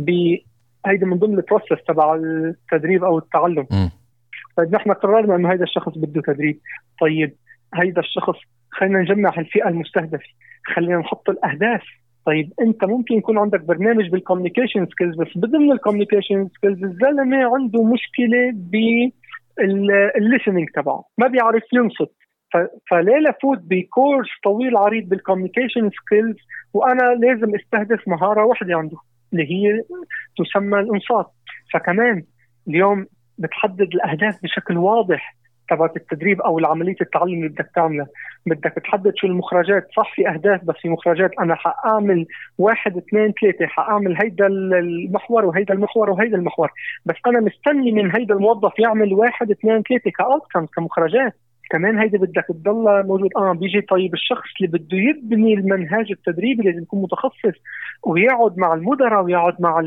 بهيدا من ضمن البروسيس تبع التدريب أو التعلم. طيب نحن قررنا أنه هيدا الشخص بده تدريب. طيب هيدا الشخص خلينا نجمع الفئة المستهدفة، خلينا نحط الأهداف. طيب أنت ممكن يكون عندك برنامج بالكوميونيكيشن سكيلز، بس ضمن الكوميونيكيشن سكيلز الزلمة عنده مشكلة ب الليسننج تبعه، ما بيعرف ينصت. فليلة فوت بكورس طويل عريض بالكوميونيكيشن سكيلز وأنا لازم استهدف مهارة واحدة عنده اللي هي تسمى الإنصات. فكمان اليوم بتحدد الأهداف بشكل واضح تبعت التدريب أو العملية التعلم اللي بدك تعملها. بدك تحدد شو المخرجات، صح في أهداف بس في مخرجات، أنا حأعمل واحد اثنين ثلاثة، حأعمل هيدا المحور وهيدا المحور وهيدا المحور، بس أنا مستني من هيدا الموظف يعمل واحد اثنين ثلاثة كأوتكم كمخرجات. كمان هيدا بدك تضل موجود. آه بيجي طيب الشخص اللي بده يبني المنهاج التدريبي لازم يكون متخصص ويقعد مع المدراء ويقعد مع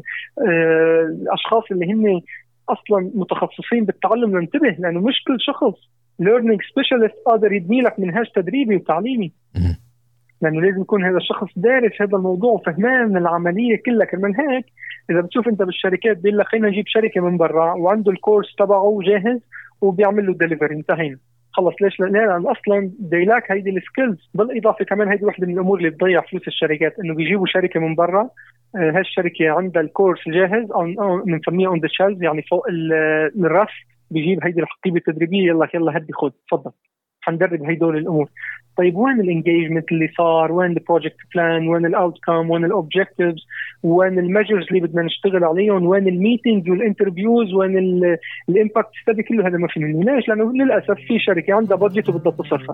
الأشخاص اللي هن أصلاً متخصصين بالتعلم. ننتبه لأنه مش كل شخص learning specialist قادر يبني لك منهاج تدريبي وتعليمي، لأنه لازم يكون هذا الشخص دارس هذا الموضوع وفهمان العملية كلها. كمان هيك إذا بتشوف أنت بالشركات بيقول لك خلينا نجيب شركة من برا وعنده الكورس تبعه جاهز وبيعمل له ديليفري، انتهينا خلص. ليش؟ لأن أصلاً ديلاك هيدي السكيلز. بالإضافة كمان هيدي واحدة من الأمور اللي تضيع فلوس الشركات، إنه بيجيبوا شركة من برا، هالشركة عندها الكورس جاهز أو بنسميه on the shelves، يعني فوق الرف، بيجيب هيدي الحقيبة التدريبية، يلا يلا هدي خد تفضل حندرب هيدول الأمور. طيب وين الانجيجمنت اللي صار؟ وين البروجكت بلان؟ وين الاوتكم؟ وين الاوبجكتيفز؟ وين الميجرز اللي بدنا نشتغل عليهم؟ وين الميتينجز والانترفيوز؟ وين الامباكت ستدي؟ كله هذا ما في منه. ليش؟ لأنه للأسف في شركة عندها بادجت وبدها تصرفها.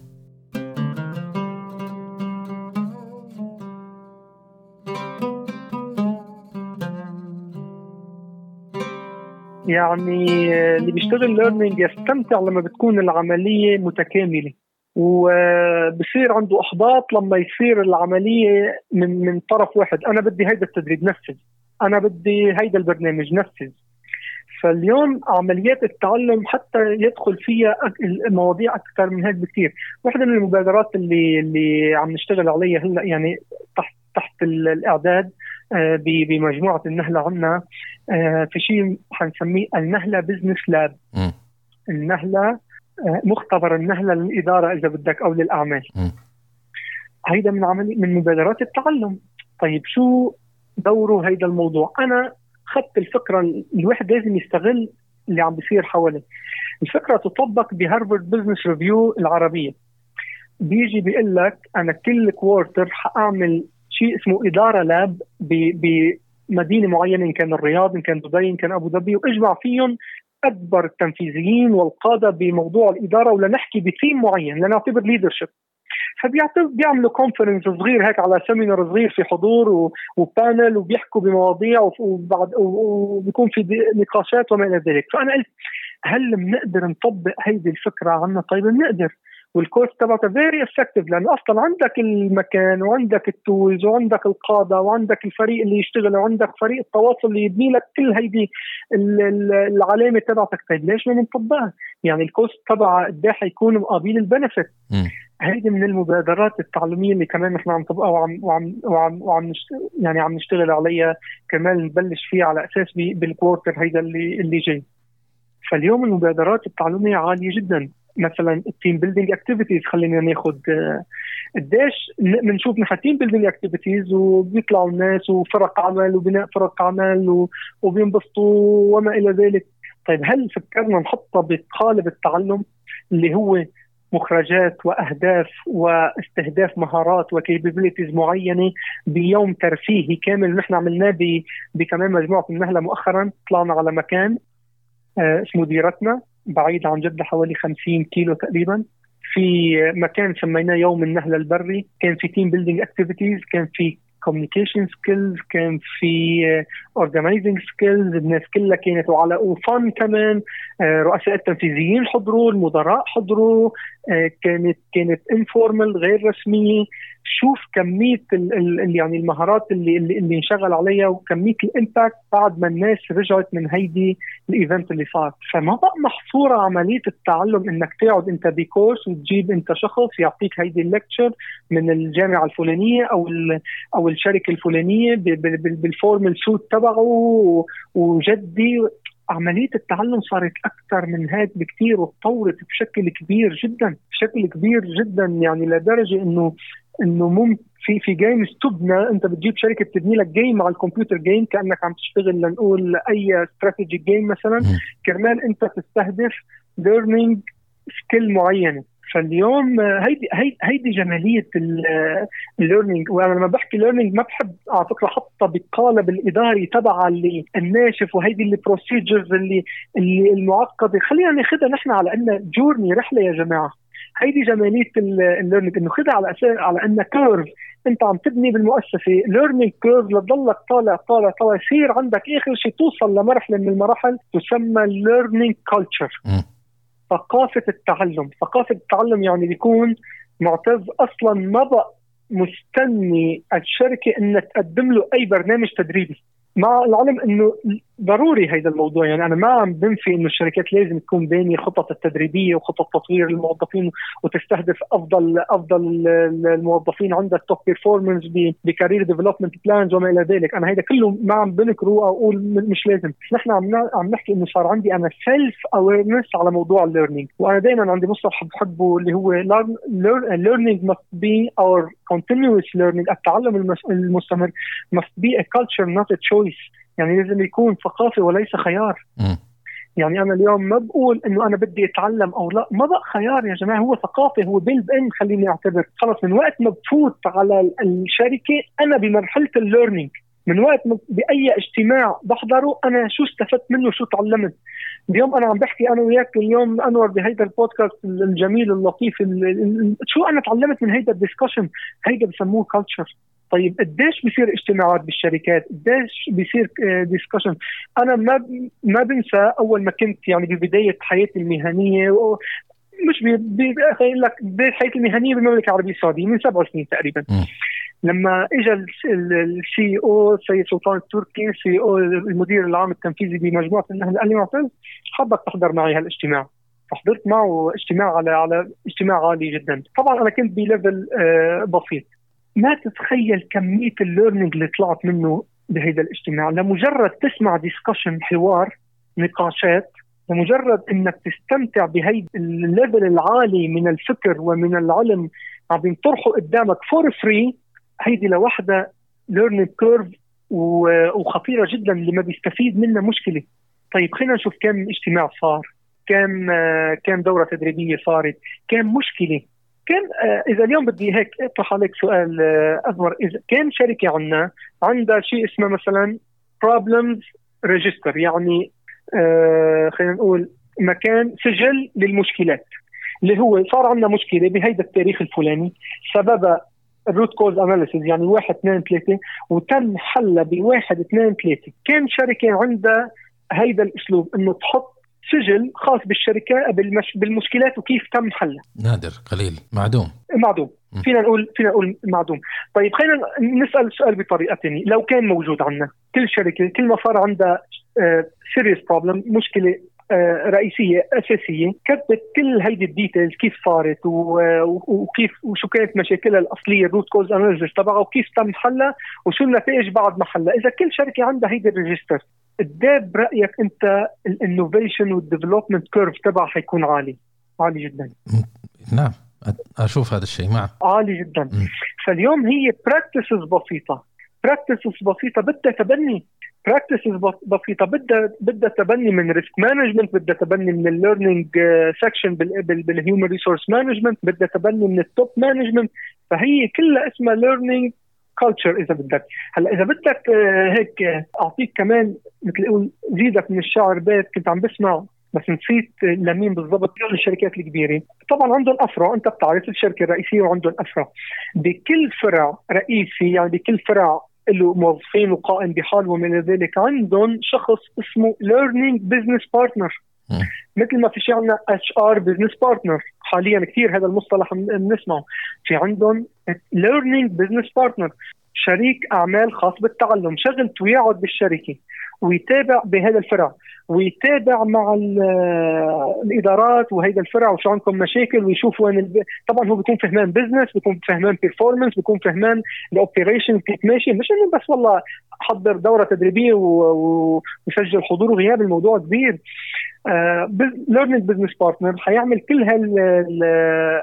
يعني اللي بيشتغل ليرنينج يستمتع لما بتكون العملية متكاملة، وبصير عنده إحباط لما يصير العملية من من طرف واحد. أنا بدي هيدا التدريب نفذ، أنا بدي هيدا البرنامج نفذ. فاليوم عمليات التعلم حتى يدخل فيها المواضيع أكثر من هيك بكثير. واحدة من المبادرات اللي اللي عم نشتغل عليها هلا يعني تحت تحت الإعداد بمجموعة النهلة عنا في شيء حنسميه النهلة بزنس لاب. النهلة مختبر النهلة للإدارة إذا بدك أو للأعمال. هيدا من عملي من مبادرات التعلم. طيب شو دوره هيدا الموضوع؟ أنا خدت الفكرة، الواحد لازم يستغل اللي عم بيصير حواليه. الفكرة تطبق بهارفارد بزنس ريفيو العربية. بيجي بيقول لك أنا كل كوارتر حأعمل شيء اسمه إدارة لاب بمدينة معينة، إن كان الرياض، إن كان دبي، إن كان أبو ظبي، وإجمع فيهم أكبر التنفيذيين والقادة بموضوع الإدارة، ولا نحكي بثيم معين لنعتبر ليدرشيب. فبيعملوا كونفرنس صغير هيك على سيمينار صغير في حضور وبانل وبيحكوا بمواضيع وبعد وبيكون في نقاشات وما إلى ذلك. فأنا قلت هل بنقدر نطبق هيدي الفكرة عنا؟ طيب بنقدر، والكورس تبعته very effective، لأن أصلا عندك المكان وعندك التولز وعندك القادة وعندك الفريق اللي يشتغل وعندك فريق التواصل اللي يبني لك كل هيدي العلامة تبعتك. طيب ليش ما نطبقها؟ يعني الكوست تبعها قد حيكون مقابل البنفيت. هيدي من المبادرات التعلميه اللي كمان نحن عم نطبقها وعم وعم وعم, وعم يعني عم نشتغل عليها كمان نبلش فيها على اساس بالكوارتر هيدا اللي اللي جاي. فاليوم المبادرات التعلميه عاليه جدا. مثلا التيم بيلدينج اكتيفيتيز، خلينا ناخذ قديش بنشوف نحن تيم بيلدينج اكتيفيتيز وبيطلعوا الناس وفرق عمل وبناء فرق عمل وبينبسطوا وما الى ذلك. طيب هل فكرنا نحطها بقالب التعلم اللي هو مخرجات واهداف واستهداف مهارات وكيبابيليتيز معينه بيوم ترفيهي كامل؟ نحن عملناه بكمان مجموعه النهله مؤخرا. طلعنا على مكان آه اسمه ديرتنا بعيد عن جدة حوالي خمسين كيلو تقريبا، في مكان سميناه يوم النهلة البري. كان في تيم بيلدينج اكتيفيتيز، كان في communication skills، كان في organizing skills. الناس كلها كانت وعلى وفن كمان. رؤساء التنفيذيين حضروا، المدراء حضروا. كانت كانت informal غير رسمية. شوف كمية ال ال يعني المهارات اللي اللي, اللي انشغل عليها وكمية الامباكت بعد ما الناس رجعت من هيدي الايفنت اللي صار. فما بقى محصورة عملية التعلم انك تقعد انت بكورس وتجيب انت شخص يعطيك هيدي الليكتشر من الجامعة الفلانية او او الشركة الفلانية بالفورمال سوت تبعه وجدي. عملية التعلم صارت أكثر من هيك بكتير وتطورت بشكل كبير جدا بشكل كبير جدا يعني لدرجة إنه إنه ممكن في في جيمز تبنى. أنت بتجيب شركة تبني لك جيم مع الكمبيوتر جيم كأنك عم تشتغل لنقول أي استراتيجي جيم مثلا، كرمال أنت تستهدف learning سكيل معينة. فاليوم هيدي هيدي هيدي جماليه الليرنينج. وانا لما بحكي ليرنينج ما بحب على فكره احطها بالقالب الاداري تبع اللي الناشف وهيدي اللي بروسيجرز اللي اللي المعقده. خلينا ناخذها نحن على انها جورني، رحله يا جماعه. هيدي جماليه الليرنينج، انه خدها على اساس على انها كيرف. انت عم تبني بالمؤسسه ليرنينج كيرف لتضلك طالع طالع طالع يصير عندك اخر شيء توصل لمرحله من المراحل تسمى ليرنينج كلتشر، ثقافة التعلم. ثقافة التعلم يعني بيكون معتز أصلا ما بقى مستني الشركة أن تقدم له أي برنامج تدريبي، مع العلم أنه ضروري هذا الموضوع. يعني أنا ما عم بنفي أنه الشركات لازم تكون بانية خطط التدريبية وخطط تطوير الموظفين وتستهدف أفضل أفضل الموظفين عندها توب بيرفورمانس بكارير ديفلوبمنت بلانز وما إلى ذلك. أنا هذا كله ما عم بنكره أو أقول مش لازم. نحن عم عم نحكي إنه صار عندي أنا سيلف أويرنس على موضوع الليرنينج. وأنا دائما عندي مصطلح بحبه اللي هو learning must be our continuous learning. التعلم المستمر must be a culture not a choice. يعني لازم يكون ثقافة وليس خيار. م. يعني أنا اليوم ما بقول إنه أنا بدي أتعلم أو لا، ما بقى خيار يا جماعة، هو ثقافة، هو build in. خليني أعتبر خلص من وقت ما بفوت على الشركة أنا بمرحلة الليرنينج، من وقت ما بأي اجتماع بحضره أنا شو استفدت منه، شو تعلمت. اليوم أنا عم بحكي أنا وياك اليوم أنور بهيدا البودكاست الجميل اللطيف، شو أنا تعلمت من هيدا الديسكشن. هيدا بسموه culture. طيب قديش بيصير اجتماعات بالشركات، قديش بيصير ديسكشن. انا ما ما بنسى اول ما كنت يعني ببدايه حياتي المهنيه، مش بقول لك بدايه حياتي المهنيه بالمملكه العربيه السعوديه من سبع سنين تقريبا، م. لما اجى السي او سيد سلطان التركي، السي او المدير العام التنفيذي بمجموعه النهل، قال لي معتز حابك تحضر معي هالاجتماع. فحضرت معه اجتماع على على اجتماع عالي جدا. طبعا انا كنت بليفل آه بسيط. ما تتخيل كمية الليرنينج اللي طلعت منه بهذا الاجتماع. لمجرد تسمع ديسكشن، حوار، نقاشات، لمجرد انك تستمتع بهيدا الليفل العالي من الفكر ومن العلم عم ينطرحوا قدامك فور فري، هيدي لوحدها ليرنينج كيرف وخطيرة جدا اللي ما بيستفيد منها مشكلة. طيب خلينا نشوف كم اجتماع صار، كم كم دورة تدريبية صارت، كم مشكلة. كان إذا اليوم بدي هيك أطرح عليك سؤال أزمر، إذا كان شركة عنا عندها شيء اسمه مثلا problems register، يعني آه خلينا نقول مكان سجل للمشكلات، اللي هو صار عندنا مشكلة بهيدا التاريخ الفلاني سببها الروت كوز أناليسيس، يعني واحد اثنين ثلاثة، وتم حلها بواحد اثنين ثلاثة. كان شركة عندها هيدا الأسلوب إنه تحط سجل خاص بالشركة بالمشكلات وكيف تم حلها. نادر، قليل، معدوم معدوم م. فينا نقول فينا نقول معدوم. طيب خلينا نسأل السؤال بطريقة ثانية. لو كان موجود عندنا كل شركة كل ما صار عندها سيريس بروبلم، مشكلة رئيسيه اساسيه كتبت كل هيدي الديتيلز كيف صارت وكيف وشو كانت مشاكلها الاصليه الروت كوز اناليسيس تبعها وكيف تم حلها وشو النتائج بعد ما حلها. اذا كل شركه عندها هيدي الريجستر قد برايك انت الانوفيشن والديفلوبمنت كيرف تبعها حيكون عالي عالي جدا. نعم اشوف هذا الشيء معه عالي جدا. م. فاليوم هي براكتسز بسيطه براكتسز بسيطه بدها تبني براكتسز بسيطه بدها بدها تبني من ريسك مانجمنت بدها تبني من الليرنينج سكشن بالهيومن ريسورس مانجمنت بدها تبني من التوب مانجمنت. فهي كلها اسمها ليرنينج كلتشر اذا بدك. هلا اذا بدك هيك اعطيك كمان مثل اقول زيدك من الشعر بيت كنت عم بسمع بس نسيت لمين بالضبط. كل الشركات الكبيره طبعا عندهم افرع انت بتعرف الشركه الرئيسيه وعندهم افرع بكل فرع رئيسي يعني بكل فرع له موظفين وقائم بحال ومن ذلك عندهم شخص اسمه learning business partner مثل ما في شيء عندنا اتش ار business partner حاليا كثير هذا المصطلح بنسمعه. في عندهم learning business partner شريك اعمال خاص بالتعلم شغلته ويقعد بالشركه ويتابع بهذا الفرع ويتابع مع الادارات وهيدا الفرع وشو عندكم مشاكل ويشوف وين الب... طبعا هو بيكون فهمان بزنس بيكون فهمان بيرفورمانس بيكون فهمان الاوبريشن كيف ماشي مش انه بس والله حضر دوره تدريبيه ويسجل حضور وغياب. الموضوع كبير. ليرنينج بزنس بارتنر حيعمل كل هال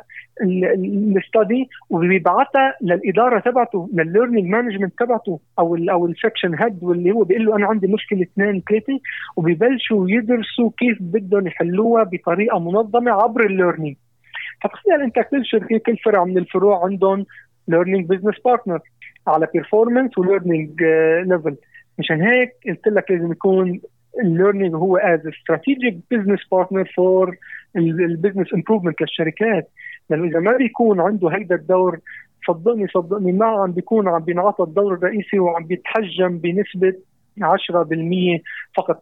الاستادي وبيبعتها للاداره تبعته للليرنينج مانجمنت تبعته او ال او السكشن هيد واللي هو بيقول له انا عندي مشكله اثنين ثلاثه وبيبلشوا يدرسوا كيف بدهم يحلوها بطريقه منظمه عبر الليرنينج. فتخيل انت كل شركه كل فرع من الفروع عندهم ليرنينج بزنس بارتنر على بيرفورمانس وليرنينج ليفل. مشان هيك قلت لك لازم يكون الليرنينج هو as a strategic business partner for البزنس improvement للشركات. لأنه إذا ما بيكون عنده هيدا الدور صدقني صدقني ما عم بيكون عم بينعطى الدور الرئيسي وعم بيتحجم بنسبة عشرة بالمية فقط.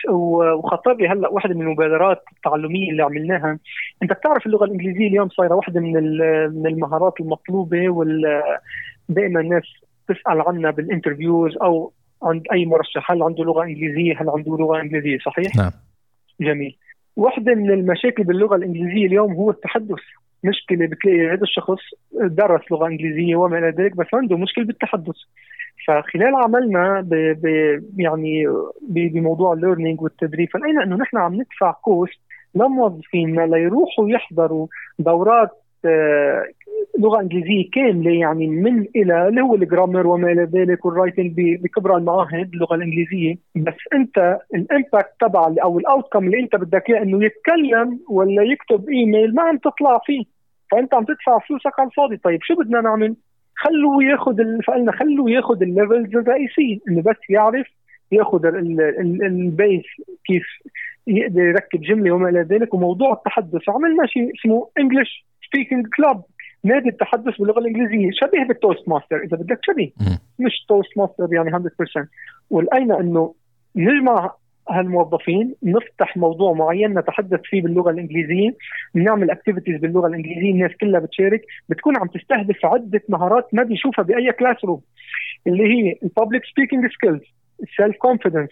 وخطر لي هلأ واحدة من المبادرات التعلمية اللي عملناها. أنت بتعرف اللغة الإنجليزية اليوم صايرة واحدة من من المهارات المطلوبة ودائما الناس تسأل عنها بالانترفيوز أو عند أي مرشح هل عنده لغة إنجليزية هل عنده لغة إنجليزية صحيح؟ نعم. جميل. واحدة من المشاكل باللغة الإنجليزية اليوم هو التحدث. مشكلة بتلاقي هذا الشخص درس لغة إنجليزية وما إلى ذلك بس عنده مشكلة بالتحدث. فخلال عملنا ب ب يعني بموضوع الليرنينج والتدريب فلقينا إنه نحن عم ندفع كوست لموظفينا ليروحوا يحضروا دورات آه لغة إنجليزية كاملة يعني من إلى اللي هو الجرامر وما إلى ذلك والرايتنج بكبرى المعاهد اللغة الإنجليزية. بس أنت الإمباكت تبع أو الأوتكم اللي أنت بدك إياه إنه يتكلم ولا يكتب إيميل ما عم تطلع فيه فأنت عم تدفع فلوسك على الفاضي. طيب شو بدنا نعمل؟ خلوا ياخد ال... فقلنا خلوا ياخد الليفلز الرئيسية إنه بس يعرف ياخد البيس كيف يقدر يركب جملة وما إلى ذلك. وموضوع التحدث عملنا شيء اسمه English Speaking Club نادي التحدث باللغة الإنجليزية شبيه بالتوست ماستر إذا بدك شبيه مش توست ماستر يعني مية بالمية. ولقينا إنه نجمع هالموظفين نفتح موضوع معين نتحدث فيه باللغة الإنجليزية نعمل اكتيفيتيز باللغة الإنجليزية الناس كلها بتشارك بتكون عم تستهدف عدة مهارات ما بيشوفها بأي كلاس روم اللي هي البابليك سبيكينج سكيلز السيلف كونفيدنس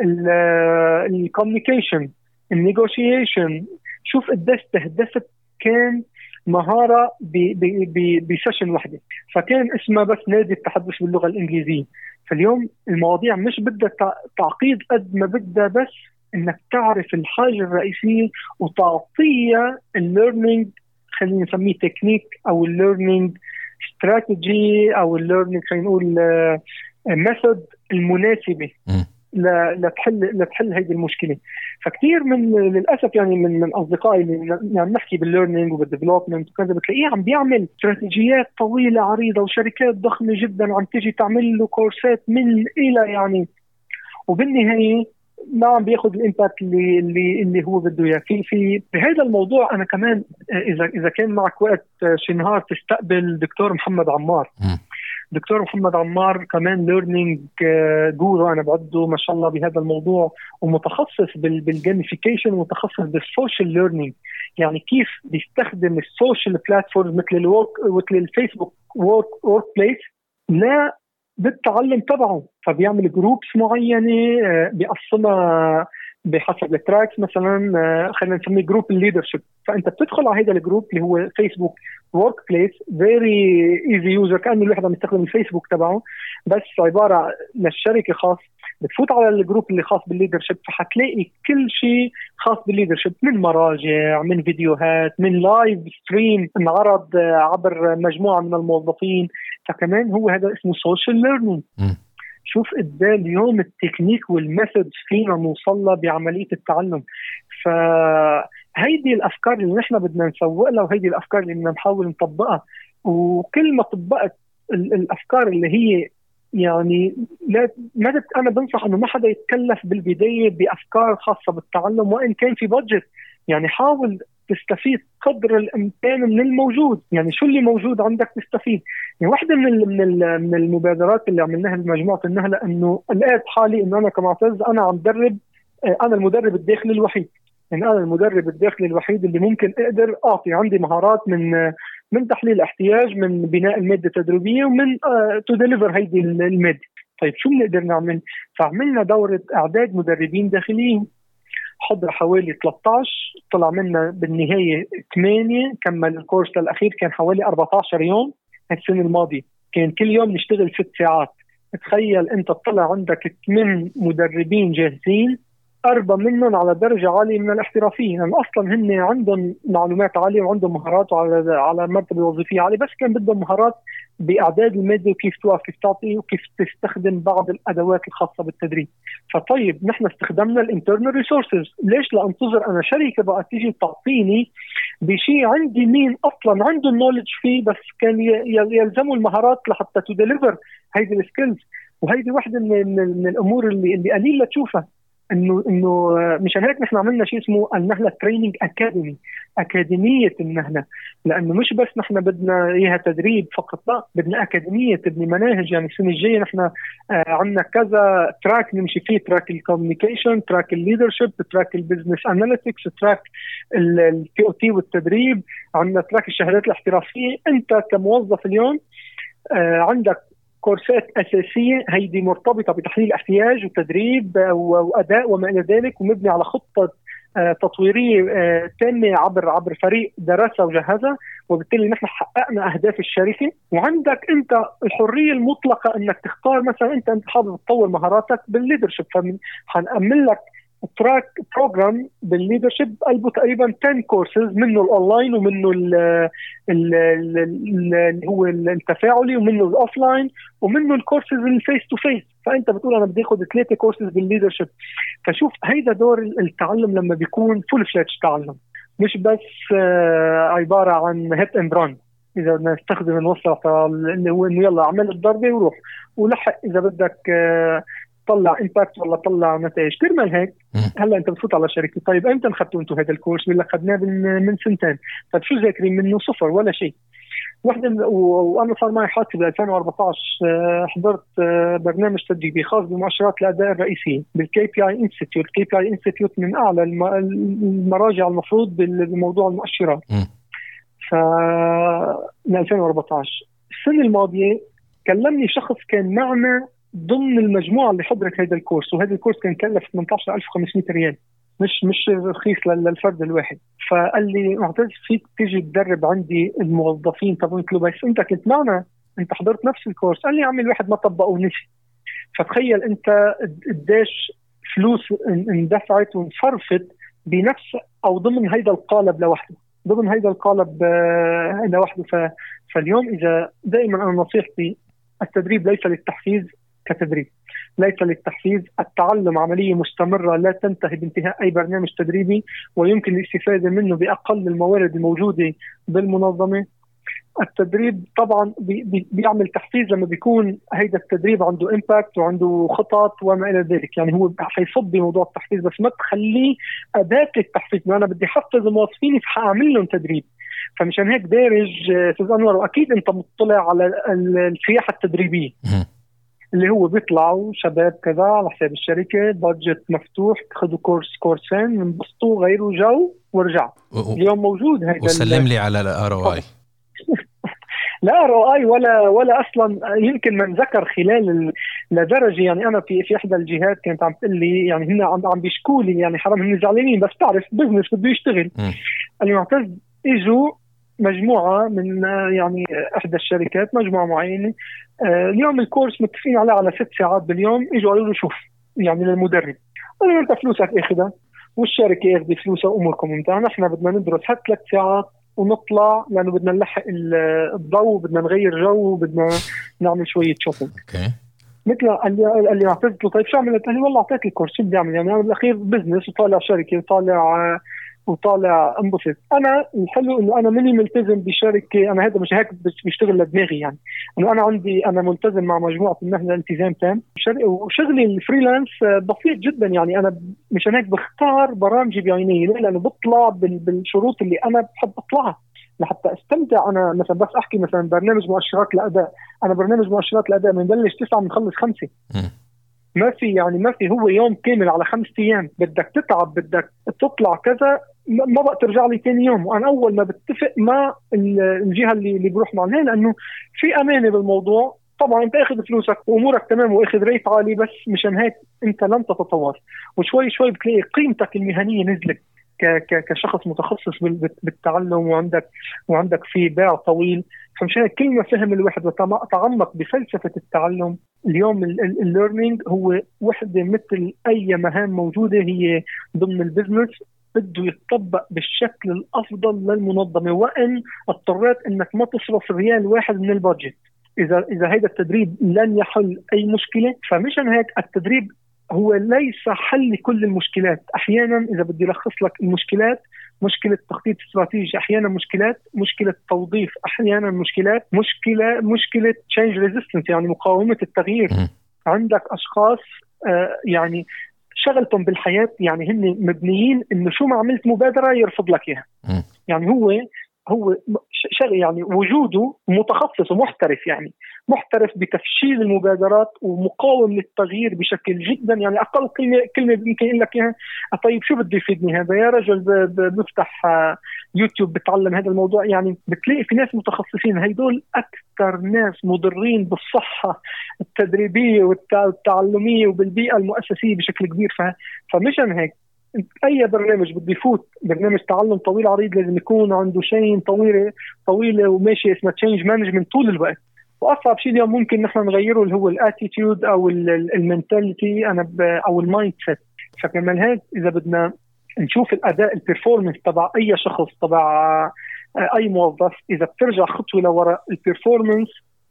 الكوميونيكيشن النيغوشيشن. شوف قديش استهدفت كان مهارة بسيشن واحدة فكان اسمها بس نادي التحدث باللغة الإنجليزية. فاليوم المواضيع مش بدها تعقيد قد ما بدها بس انك تعرف الحاجة الرئيسية وتعطيها الليرنينج خلينا نسميه تكنيك او الليرنينج استراتيجي او الليرنينج خلينا نقول ميثود المناسبة لتحل لتحل هذه المشكله. فكتير من للاسف يعني من من اصدقائي اللي يعني نحكي بالليرنينج وبالديفلوبمنت وكذا بتلاقيه عم بيعمل استراتيجيات طويله عريضه وشركات ضخمه جدا عم تيجي تعمل له كورسات من الى يعني وبالنهايه ما عم بياخذ الامباكت اللي اللي اللي هو بده اياه. في في بهذا الموضوع انا كمان اذا اذا كان معك وقت شي نهار تستقبل دكتور محمد عمار. دكتور محمد عمار كمان ليرنينج جورو انا بعده ما شاء الله بهذا الموضوع ومتخصص بالجيميفيكيشن ومتخصص بالسوشيال ليرنينج يعني كيف بيستخدم السوشيال بلاتفورم مثل الورك مثل الفيسبوك ورك ورك بليس لا بالتعلم تبعه. فبيعمل جروبس معينه بيقسمها بحسب التراكس. مثلا خلينا نسميه جروب الليدرشيب، فانت بتدخل على هذا الجروب اللي هو فيسبوك ورك بليس، فيري ايزي يوزر، كانه الواحد عم يستخدم الفيسبوك تبعه بس عباره للشركه خاص. بتفوت على الجروب اللي خاص بالليدرشيب، فحتلاقي كل شيء خاص بالليدرشيب، من مراجع، من فيديوهات، من لايف ستريم انعرض عبر مجموعه من الموظفين. فكمان هو هذا اسمه سوشيال ليرنينج. شوف قد ايه اليوم التكنيك والميثود فينا نوصل بعمليه التعلم. فهيدي الافكار اللي نحن بدنا نسوق لها، وهيدي الافكار اللي بدنا نحاول نطبقها. وكل ما طبقت الافكار اللي هي يعني لا ما انا بنصح انه ما حدا يتكلف بالبدايه بافكار خاصه بالتعلم، وان كان في بادجت. يعني حاول تستفيد قدر الامكان من الموجود، يعني شو اللي موجود عندك تستفيد. يعني واحدة من من من المبادرات اللي عملناها بمجموعة النهلة انه لقيت حالي انه انا كمعتز انا عم درب، انا المدرب الداخلي الوحيد. يعني انا المدرب الداخلي الوحيد اللي ممكن اقدر اعطي، عندي مهارات من من تحليل احتياج، من بناء المادة التدريبية، ومن تو ديليفر هيدي المادة. طيب شو بنقدر نعمل؟ فعملنا دورة اعداد مدربين داخليين، حضر حوالي ثلاثة عشر، طلع منا بالنهاية ثمانية، كمل الكورس الأخير كان حوالي أربعة عشر يوم. السنة الماضية كان كل يوم نشتغل ست ساعات. تخيل أنت طلع عندك ثمان مدربين جاهزين، أربعة منهم على درجة عالية من الاحترافية، يعني أصلا هن عندهم معلومات عالية وعندهم مهارات على على مرتبة وظيفية عالية، بس كان بدهم مهارات بإعداد المادة وكيف توقف، كيف تعطي، وكيف تستخدم بعض الأدوات الخاصة بالتدريب. فطيب نحن استخدمنا الانترنال ريسورسز. ليش؟ لأنتظر أنا شركة بقى تيجي تعطيني بشيء عندي مين أصلا عنده النولج فيه، بس كان يلزموا المهارات لحتى تدليفر هيدي السكيلز. وهيدي واحدة من, من الأمور اللي, اللي قليلة تشوفها، انه انه مشان هيك نحن عملنا شيء اسمه النهله تريننج اكاديمي، اكاديميه النهله. لانه مش بس نحن بدنا اياها تدريب فقط، لا بدنا اكاديميه تبني مناهج. يعني السنه الجايه نحن عندنا كذا تراك نمشي فيه، تراك الكوميونيكيشن، تراك الليدرشيب، تراك البزنس اناليتكس، تراك التي او تي والتدريب، عندنا تراك الشهادات الاحترافيه. انت كموظف اليوم عندك كورسات أساسية هيدي مرتبطة بتحليل احتياج وتدريب وأداء وما إلى ذلك، ومبني على خطة تطويرية تامة عبر عبر فريق درسها وجهزها، وبالتالي نحن حققنا أهداف الشركة. وعندك أنت الحرية المطلقة أنك تختار، مثلا أنت أنت حابب تطور مهاراتك بالليدرشيب، فحنأمن لك تراك بروجرام بالليدرشيب قلبه تقريبا عشرة كورسز، منه الاونلاين ومنه اللي هو التفاعلي ومنه الاوفلاين ومنه الكورسز الفيس تو فيس. فانت بتقول انا بدي اخذ ثلاثه كورسز بالليدرشيب. فشوف هيدا دور التعلم لما بيكون فول فلاتش تعلم، مش بس عباره عن هيت اند ران. اذا بدنا نستخدم الوصله اللي هو انه يلا اعمل الضربه وروح ولحق اذا بدك طلع امباكت ولا طلع نتائج. كرمال هيك هلا انت بتفوت على شركه، طيب امتى اخذتوا انتم هذا الكورس؟ بيقول لك اخذناه من سنتين. طيب شو ذاكرين منه؟ صفر ولا شيء. واحده وانا صار معي حادثه ب ألفين وأربعة عشر، حضرت برنامج تدريبي خاص بمؤشرات الاداء الرئيسيه بالكي بي اي انستيتيوت. كي بي اي انستيتيوت من اعلى المراجع المفروض بموضوع المؤشرات. ف من ألفين وأربعة عشر السنه الماضيه كلمني شخص كان معنا ضمن المجموعة اللي حضرت هذا الكورس، وهذا الكورس كان كلف ثمانية عشر ألف وخمسمائة ريال، مش مش رخيص للفرد الواحد. فقال لي معتز فيك تيجي تدرب عندي الموظفين. طب قلت له بس انت كنت معنا، انت حضرت نفس الكورس. قال لي عمل واحد ما طبقه ونسي. فتخيل انت قديش فلوس اندفعت وانصرفت بنفس او ضمن هيدا القالب لوحده، ضمن هيدا القالب لوحده. فاليوم اذا دائما انا نصيحتي التدريب ليس للتحفيز كتدريب، ليس للتحفيز. التعلم عملية مستمرة لا تنتهي بانتهاء أي برنامج تدريبي، ويمكن الاستفادة منه بأقل الموارد الموجودة بالمنظمة. التدريب طبعا بي بيعمل تحفيز لما بيكون هيدا التدريب عنده إمباكت وعنده خطط وما إلى ذلك. يعني هو حيصب بموضوع التحفيز، بس ما تخليه أداة التحفيز. ما أنا بدي حفز موظفيني فحأعمل لهم تدريب. فمشان هيك دارج أستاذ أنور، وأكيد أنت مطلع على السياحة التدريبية اللي هو بيطلعوا شباب كذا على حساب الشركة، بادجت مفتوح، تاخذوا كورس كورسين، انبسطوا، غيروا جو ورجعوا. اليوم موجود هيدا. وسلم لي على الار او اي. لا ار او اي ولا ولا اصلا يمكن من ذكر خلال لدرجه يعني انا في في احدى الجهات كانت عم تقول لي يعني هن عم عم بيشكوا لي يعني حرام هن زعلانين بس تعرف بزنس بده يشتغل. قال لي معتز اجوا مجموعه من يعني احدى الشركات مجموعه معينه اليوم الكورس متفقين عليه على ست ساعات باليوم. اجوا قالوا له شوف يعني للمدرب قالوا انت فلوسك اخذها والشركه اخذت فلوسها واموركم انتهى. نحن بدنا ندرس هالثلاث ساعات ونطلع لانه بدنا نلحق الضوء بدنا نغير جو بدنا نعمل شويه شوبينج. اوكي مثل قال لي قال لي اعطيته طيب شو عملت؟ قال لي والله اعطيت الكورس شو بدي اعمل يعني انا بالاخير بزنس وطالع شركه وطالع وطالع انبسط. انا الحلو انه انا ماني ملتزم بشركه انا هذا مش هيك بشتغل لدماغي يعني انه انا عندي انا ملتزم مع مجموعه النهله التزام تام وشغلي الفريلانس بسيط جدا يعني انا مش هيك بختار برامجي بعيني لانه بطلع بالشروط اللي انا بحب اطلعها لحتى استمتع. انا مثلا بس احكي مثلا برنامج مؤشرات الاداء انا برنامج مؤشرات الاداء بنبلش تسعة بنخلص خمسة ما في يعني ما في هو يوم كامل على خمسة ايام بدك تتعب بدك تطلع كذا ما بقى ترجع لي تاني يوم. وانا اول ما بتفق مع الجهه اللي اللي بروح معها لانه في امانه بالموضوع. طبعا انت اخذ فلوسك وامورك تمام واخذ ريت عالي بس مشان هيك انت لن تتطور وشوي شوي بتلاقي قيمتك المهنيه نزلت كشخص متخصص بالتعلم وعندك وعندك في باع طويل. فمشان كلمة فهم الواحد وتعمق بفلسفة التعلم. اليوم الليرنينج هو وحدة مثل أي مهام موجودة هي ضمن البزنس بده يتطبق بالشكل الأفضل للمنظمة وإن اضطريت إنك ما تصرف ريال واحد من البادجت. إذا إذا هذا التدريب لن يحل أي مشكلة فمشان هيك التدريب هو ليس حل لكل المشكلات. أحيانا إذا بدي لخص لك المشكلات مشكلة تخطيط استراتيجي أحيانا مشكلات مشكلة توظيف أحيانا مشكلات مشكلة مشكلة change resistance يعني مقاومة التغيير. عندك أشخاص آه يعني شغلتهم بالحياة يعني هن مبنيين إنه شو ما عملت مبادرة يرفض لك إياها يعني هو هو شغل يعني وجوده متخصص ومحترف يعني محترف بتفشيل المبادرات ومقاوم للتغيير بشكل جدا يعني أقل كلمة كلمة يمكن يقول لك إياها طيب شو بده يفيدني هذا يا رجل بفتح يوتيوب بتعلم هذا الموضوع. يعني بتلاقي في ناس متخصصين هيدول أكثر ناس مضرين بالصحة التدريبية والتعلمية وبالبيئة المؤسسية بشكل كبير. فمشان هيك أي برنامج بده يفوت برنامج تعلم طويل عريض لازم يكون عنده شيء طويلة طويلة وماشي اسمه change management طول الوقت. وأصعب شيء اليوم ممكن نحن نغيره اللي هو الاتيتيود أو المنتاليتي أنا أو المايند سيت. فكمان هيك إذا بدنا نشوف الأداء البرفورمانس تبع أي شخص تبع أي موظف إذا بترجع خطوة لوراء البرفورمانس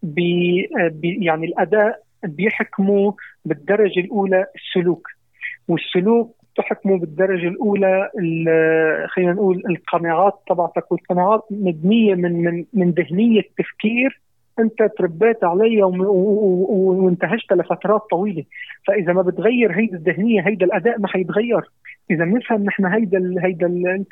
بي يعني الأداء بيحكموا بالدرجة الأولى السلوك والسلوك تحكموا بالدرجة الأولى خلينا نقول القناعات تبعتك والقناعات مبنية من من من ذهنية تفكير أنت تربيت عليها وانتهجت لفترات طويلة. فإذا ما بتغير هيدا الذهنية هيدا الأداء ما حيتغير. إذا نفهم نحن هيدا ال هيدا ال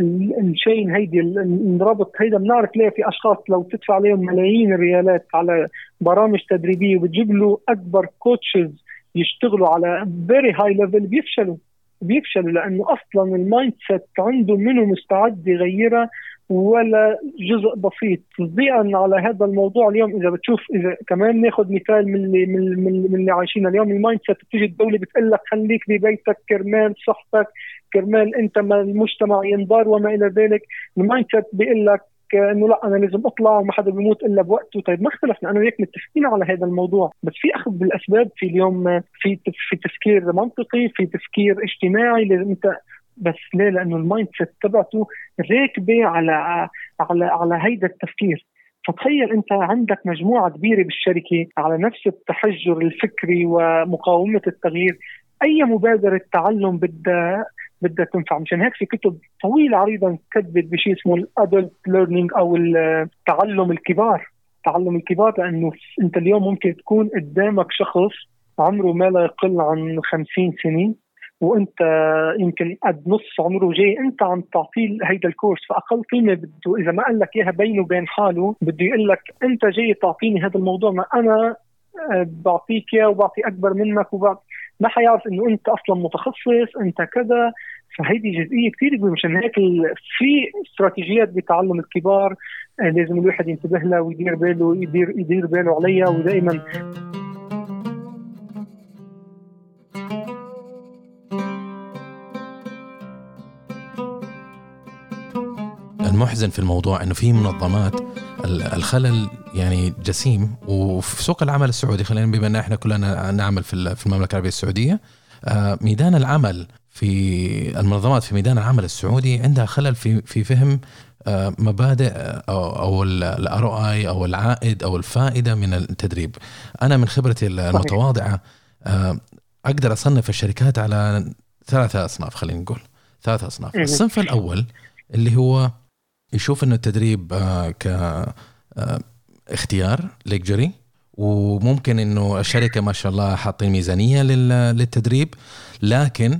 الشيء هيدا الرابط هيدا بنعرف ليه في أشخاص لو تدفع عليهم ملايين الريالات على برامج تدريبية وبتجيب له أكبر كوتشز يشتغلوا على very high level بيفشلوا بيفشلوا لأنه أصلاً المايند سيت عنده منه مستعد يغيرها ولا جزء بسيط. تصديقاً على هذا الموضوع اليوم إذا بتشوف إذا كمان ناخد مثال من اللي من من, من اللي عايشين اليوم المايند سيت بتيجي الدولة بتقول لك خليك ببيتك كرمال صحتك كرمال أنت ما المجتمع ينضر وما إلى ذلك. المايند سيت بيقول لك انه لا انا لازم اطلع وما حدا بيموت الا بوقته. طيب ما اختلفنا انا وياك متفقين على هذا الموضوع بس في اخذ بالاسباب في اليوم في في تفكير منطقي في تفكير اجتماعي لازم انت بس ليه لانه المايند سيت تبعته راكبه على على على هيدا التفكير. فتخيل انت عندك مجموعه كبيره بالشركه على نفس التحجر الفكري ومقاومه التغيير. اي مبادره تعلم بدها بدها تنفع. مشان هيك في كتب طويلة عريضا كتبت بشيء اسمه الادلت ليرنينج او التعلم الكبار. تعلم الكبار لانه انت اليوم ممكن تكون قدامك شخص عمره ما لا يقل عن خمسين سنة وانت يمكن قد نص عمره جاي انت عم تعطيه هيدا الكورس. فاقل كلمة بده اذا ما قال لك اياها بينه وبين حاله بده يقول لك انت جاي تعطيني هذا الموضوع ما انا بعطيك اياه وبعطي اكبر منك وبعطي ما حيعرف انه انت اصلا متخصص انت كذا. فهيدي جزئيه كثير كبيره. مشان هيك في استراتيجيات بتعلم الكبار لازم الواحد ينتبه لها ويدير باله يدير يدير باله عليها. ودائما المحزن في الموضوع انه في منظمات الخلل يعني جسيم. وفي سوق العمل السعودي، خلينا بما ان احنا كلنا نعمل في في المملكه العربيه السعوديه، ميدان العمل في المنظمات في ميدان العمل السعودي عندها خلل في في فهم مبادئ او او الار او اي او العائد او الفائده من التدريب. انا من خبرتي المتواضعه اقدر اصنف الشركات على ثلاثه اصناف. خلينا نقول ثلاثه اصناف. الصنف الاول اللي هو يشوف انه التدريب كاختيار ليكجري، وممكن انه الشركه ما شاء الله حاطين ميزانيه للتدريب، لكن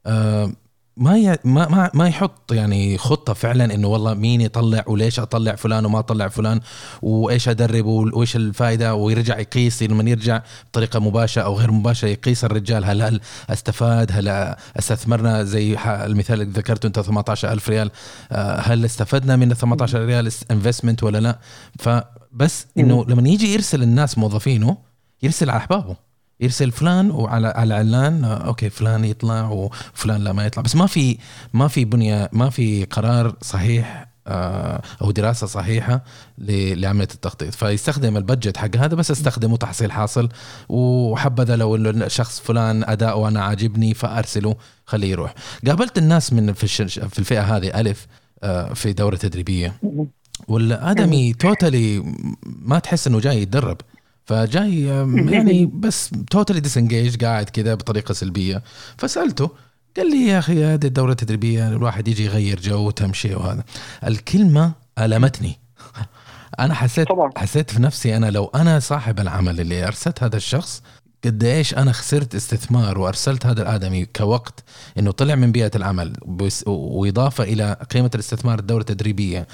ما ما ما يحط يعني خطه فعلا انه والله مين يطلع وليش اطلع فلان وما اطلع فلان وايش ادرب وايش الفائده، ويرجع يقيس لما يرجع بطريقه مباشره او غير مباشره يقيس الرجال هل هل استفاد، هل استثمرنا زي المثال اللي ذكرته انت ثمانية عشر ألف ريال، هل استفدنا من ثمانية عشر ريال انفستمنت ولا لا. فبس انه لما يجي يرسل الناس موظفينه يرسل على احبابه، يرسل فلان وعلى على علان اوكي فلان يطلع وفلان لا ما يطلع. بس ما في ما في بنيه، ما في قرار صحيح او دراسه صحيحه لعمليه التخطيط. فيستخدم البادجت حق هذا بس استخدمه تحصيل حاصل، وحبذا لو الشخص فلان اداؤه انا عاجبني فارسله خليه يروح. قابلت الناس من في في الفئه هذه الف في دوره تدريبيه، والادمي توتالي ما تحس انه جاي يتدرب، فجاي يعني بس توتالي ديسنجيج قاعد كذا بطريقة سلبية. فسألته قال لي يا أخي هذه الدورة التدريبية الواحد يجي يغير جو وتمشي، وهذا الكلمة ألمتني. أنا حسيت طبعا. حسيت في نفسي أنا لو أنا صاحب العمل اللي أرسلت هذا الشخص قد إيش أنا خسرت استثمار وأرسلت هذا الآدمي كوقت إنه طلع من بيئة العمل، وإضافة إلى قيمة الاستثمار الدورة التدريبية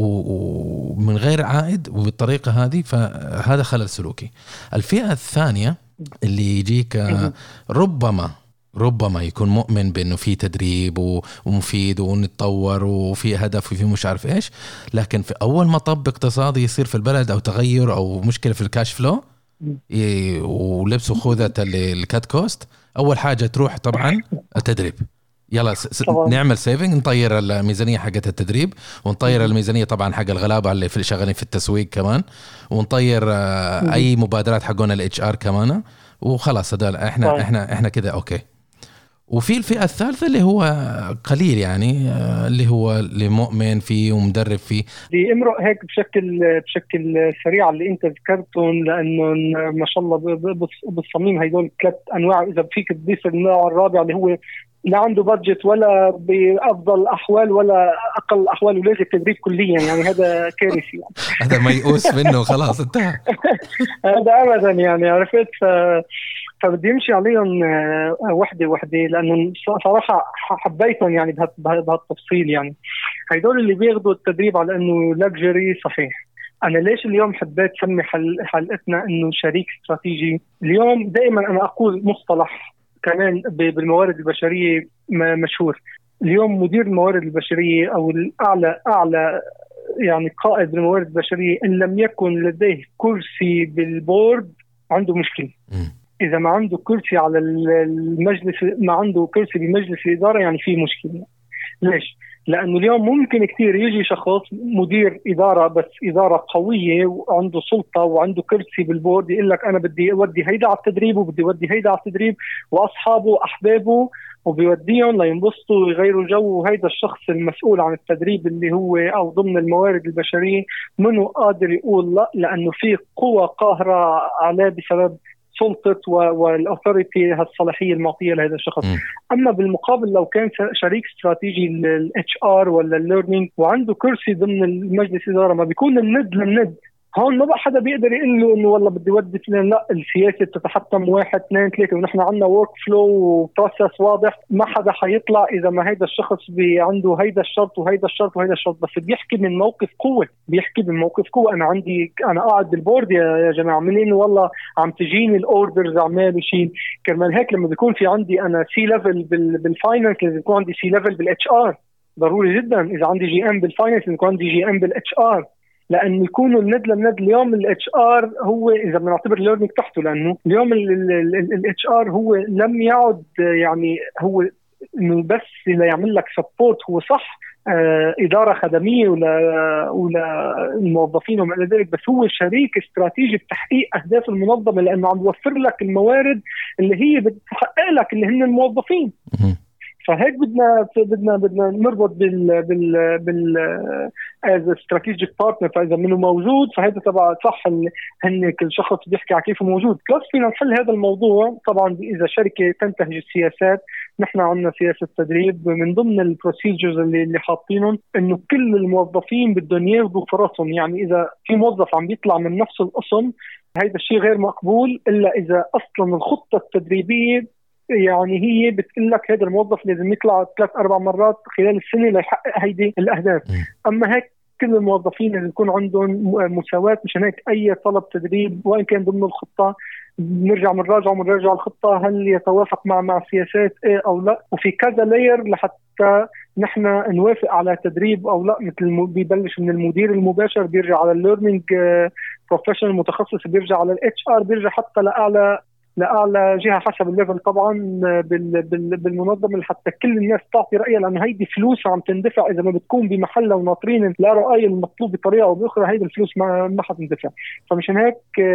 ومن غير عائد وبالطريقة هذه. فهذا خلل سلوكي. الفئة الثانية اللي يجيك ربما ربما يكون مؤمن بأنه في تدريب ومفيد ونتطور وفي هدف وفي مش عارف إيش، لكن في أول مطب اقتصادي يصير في البلد أو تغير أو مشكلة في الكاش فلو ولبسوا خوذة الكات كوست، أول حاجة تروح طبعا التدريب. يلا س... نعمل سيفنج، نطير الميزانية حقت التدريب، ونطير الميزانية طبعا حق الغلابة اللي في شغالين في التسويق كمان، ونطير أي مبادرات حقون الاتش ار كمان، وخلاص هذا احنا طيب. احنا احنا كذا اوكي. وفي الفئة الثالثة اللي هو قليل يعني اللي هو اللي مؤمن فيه ومدرب فيه. دي امرؤ هيك بشكل بشكل سريع اللي انت ذكرتهم، لانه ما شاء الله بالصميم هيدول ثلاث انواع. اذا فيك تضيف النوع الرابع اللي هو لا عنده بادجت ولا بأفضل أحوال ولا أقل أحوال ولازم التدريب كليا، يعني هذا كارثي يعني. هذا ما يقوس منه خلاص انتهى. هذا أبدا يعني عرفت. ف... فبدي يمشي عليهم وحدة وحدة، لأنه صراحة حبيتهم يعني بهالتفصيل. يعني هيدول اللي بياخدوا التدريب على أنه لاكجري صحيح. أنا ليش اليوم حبيت سمي حلقتنا أنه شريك استراتيجي؟ اليوم دائما أنا أقول مصطلح كمان بالموارد البشرية مشهور. اليوم مدير الموارد البشرية أو الأعلى أعلى يعني قائد الموارد البشرية إن لم يكن لديه كرسي بالبورد عنده مشكلة. إذا ما عنده كرسي على المجلس، ما عنده كرسي بمجلس الإدارة، يعني في مشكلة. ليش؟ لأنه اليوم ممكن كتير يجي شخص مدير إدارة بس إدارة قوية وعنده سلطة وعنده كرسي بالبورد يقول لك أنا بدي أودي هيدا على التدريب وبدي أودي هيدا على التدريب، وأصحابه وأحبابه وبيوديهم لينبسطوا ويغيروا جو. وهيدا الشخص المسؤول عن التدريب اللي هو أو ضمن الموارد البشرية منه قادر يقول لا، لأنه في قوة قاهرة عليه بسبب سلطة والأوثوريتي هالصلاحية المعطية لهذا الشخص. م. أما بالمقابل لو كان شريك استراتيجي للإتش آر ولا الليرنينج وعنده كرسي ضمن المجلس الإدارة، ما بيكون الند للند هون ما بقى حدا بيقدر يقول له انه والله بدي ودي فلان، لا، السياسه بتتحكم واحد اثنين ثلاثه، ونحن عندنا ورك فلو وبروسس واضح. ما حدا حيطلع اذا ما هيدا الشخص عنده هيدا الشرط وهيدا الشرط وهيدا الشرط، بس بيحكي من موقف قوه، بيحكي من موقف قوه. انا عندي انا قاعد بالبورد يا جماعه، منين والله عم تجيني الاوردرز عمال وشيء. كرمال هيك لما بيكون في عندي انا سي ليفل بالفاينانس لازم يكون عندي سي ليفل بالاتش ار، ضروري جدا. اذا عندي جي ام بالفاينانس لازم يكون عندي جي ام بالاتش ار، لأن يكونوا الند للند. اليوم الاتش ار هو إذا بنعتبر الليرنينج تحته، لأنه اليوم الاتش ار هو لم يعد يعني هو إنه بس ليعمل لك سبورت، هو صح آه إدارة خدمية ولا ولا الموظفين وما إلى ذلك، بس هو شريك استراتيجي بتحقيق أهداف المنظمة، لأنه عم يوفر لك الموارد اللي هي بتحقق لك اللي هن الموظفين. فهيك بدنا بدنا بدنا نربط بال بال بال از استراتيجيك بارتنر. فاذا منه موجود فهذا تبع صح، هن كل شخص بيحكي على كيف موجود. بلس فينا نحل هذا الموضوع طبعا اذا شركه تنتهج السياسات. نحن عندنا سياسه تدريب من ضمن البروسيجرز اللي اللي حاطينهم انه كل الموظفين بدهم ياخذوا فرصهم. يعني اذا في موظف عم بيطلع من نفس القسم هذا الشيء غير مقبول الا اذا اصلا الخطه التدريبيه يعني هي بتقول لك هذا الموظف لازم يطلع ثلاث أربع مرات خلال السنة ليحقق هيدي الأهداف. أما هيك كل الموظفين لازم يكون عندهم مساواة. مشان هيك أي طلب تدريب وإن كان ضمن الخطة بنرجع بنراجع وبنراجع الخطة هل يتوافق مع مع سياسات إيه أو لا، وفي كذا لاير لحتى نحن نوافق على تدريب أو لا. مثل بيبلش من المدير المباشر، بيرجع على الليرنينج بروفيشنال متخصص، بيرجع على الاتش ار، بيرجع حتى لأعلى لأعلى جهة حسب الليفل طبعا بالمنظمة، حتى كل الناس تعطي رأيها، لأنه هيدي فلوس عم تندفع. إذا ما بتكون بمحلها وناطرين لا رأي المطلوب بطريقة أو بأخرى هيدي الفلوس ما ما حتندفع. فمشان هيك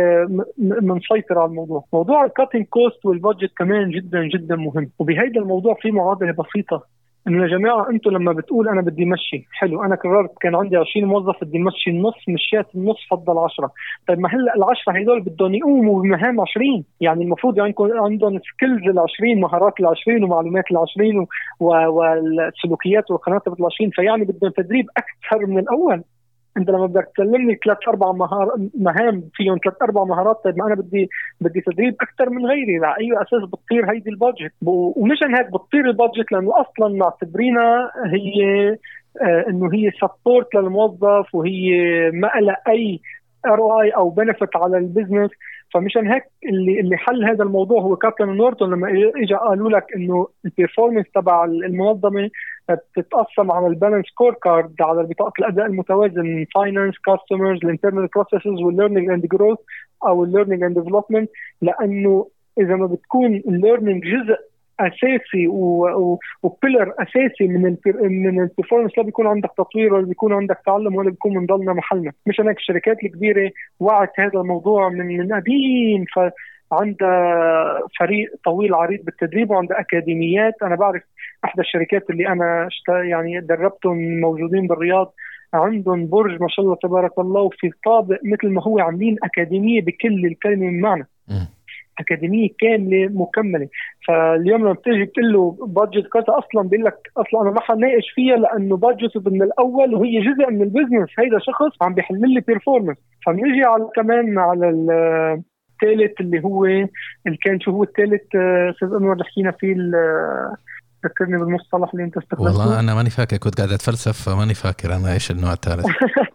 منسيطر على الموضوع. موضوع الكاتينج كوست والبادجت كمان جدا جدا مهم. وبهيدا الموضوع في معادلة بسيطة، إنه يا جماعة أنتوا لما بتقول أنا بدي مشي حلو، أنا قررت كان عندي عشرين موظف بدي مشي النص، مشيت النص فضل عشرة. طيب ما هلأ العشرة هيدول بدهم يقوموا بمهام عشرين، يعني المفروض يعني يكون عندهم سكيلز العشرين، مهارات العشرين ومعلومات العشرين والسلوكيات والقناعات العشرين. فيعني بدهم تدريب أكثر من الأول. انت لما بدك تسلمني ثلاث اربع مهار مهام فيهم ثلاث اربع مهارات، طيب ما انا بدي بدي تدريب اكثر من غيري. على اي اساس بتطير هيدي البادجت؟ ومشان هيك بتطير البادجت لانه اصلا معتبرينها هي آه انه هي سبورت للموظف، وهي ما لها اي ار او اي او بنفيت على البزنس. فمشان هيك اللي اللي حل هذا الموضوع هو كابتن نورتون، لما اجى قالوا لك انه البرفورمانس تبع المنظمه بتتقسم على البالانس سكور كارد، على بطاقه الاداء المتوازن، فاينانس، كاستمرز، الانترنال بروسيسز، والليرنينج اند جروث او الليرنينج اند ديفلوبمنت. لانه اذا ما بتكون الليرنينج جزء اساسي وبيلر اساسي من ال من البرفورمانس، لا بيكون عندك تطوير ولا بيكون عندك تعلم ولا بيكون من ضلنا محلنا. مش هناك الشركات الكبيره وعت هذا الموضوع من من قديم، فعندها فريق طويل عريض بالتدريب وعندها اكاديميات. انا بعرف احدى الشركات اللي انا يعني دربتهم موجودين بالرياض، عندهم برج ما شاء الله تبارك الله، وفي طابق مثل ما هو عاملين اكاديميه بكل الكلمه من معنى، أكاديمية كاملة مكملة. فاليوم لما بتيجي بتقول له بادجت كذا أصلا بيقول لك أصلا أنا ما حناقش فيها لأنه بادجت من الأول وهي جزء من البزنس. هيدا شخص عم بيحل لي بيرفورمانس. فبنيجي على كمان على الثالث اللي هو اللي كان شو هو الثالث أستاذ أنور اللي حكينا فيه، ذكرني بالمصطلح اللي أنت استخدمته. والله أنا ماني فاكر، كنت قاعد أتفلسف فماني فاكر أنا إيش النوع الثالث.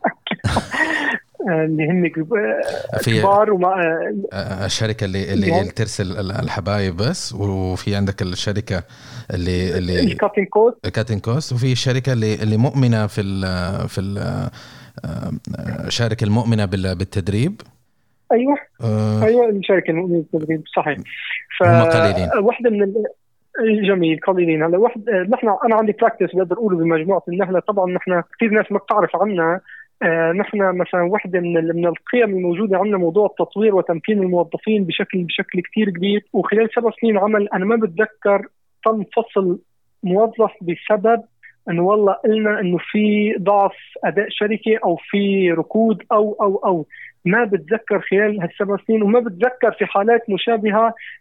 اللي هن كبار وما الشركة اللي اللي ترسل الحبايب بس، وفي عندك الشركة اللي اللي الكاتين كوست الكاتين كوست وفي الشركة اللي اللي مؤمنة في ال في الشركة المؤمنة بالتدريب. أيوة أه أيوة الشركة المؤمنة بالتدريب صحيح. فواحدة من جميل قليلين. هلا واحد نحن أنا عندي براكتس بقدر أقوله بمجموعة النهلة. طبعا نحن كثير ناس ما بتعرف عنا. آه نحن مثلا واحدة من من القيم الموجودة عندنا موضوع التطوير وتمكين الموظفين بشكل بشكل كتير كبير. وخلال سبع سنين عمل أنا ما بتذكر تم فصل موظف بسبب إنه والله قلنا إنه في ضعف أداء شركة أو في ركود أو أو أو ما بتذكر خلال هالسبع سنين. وما بتذكر في حالات مشابهة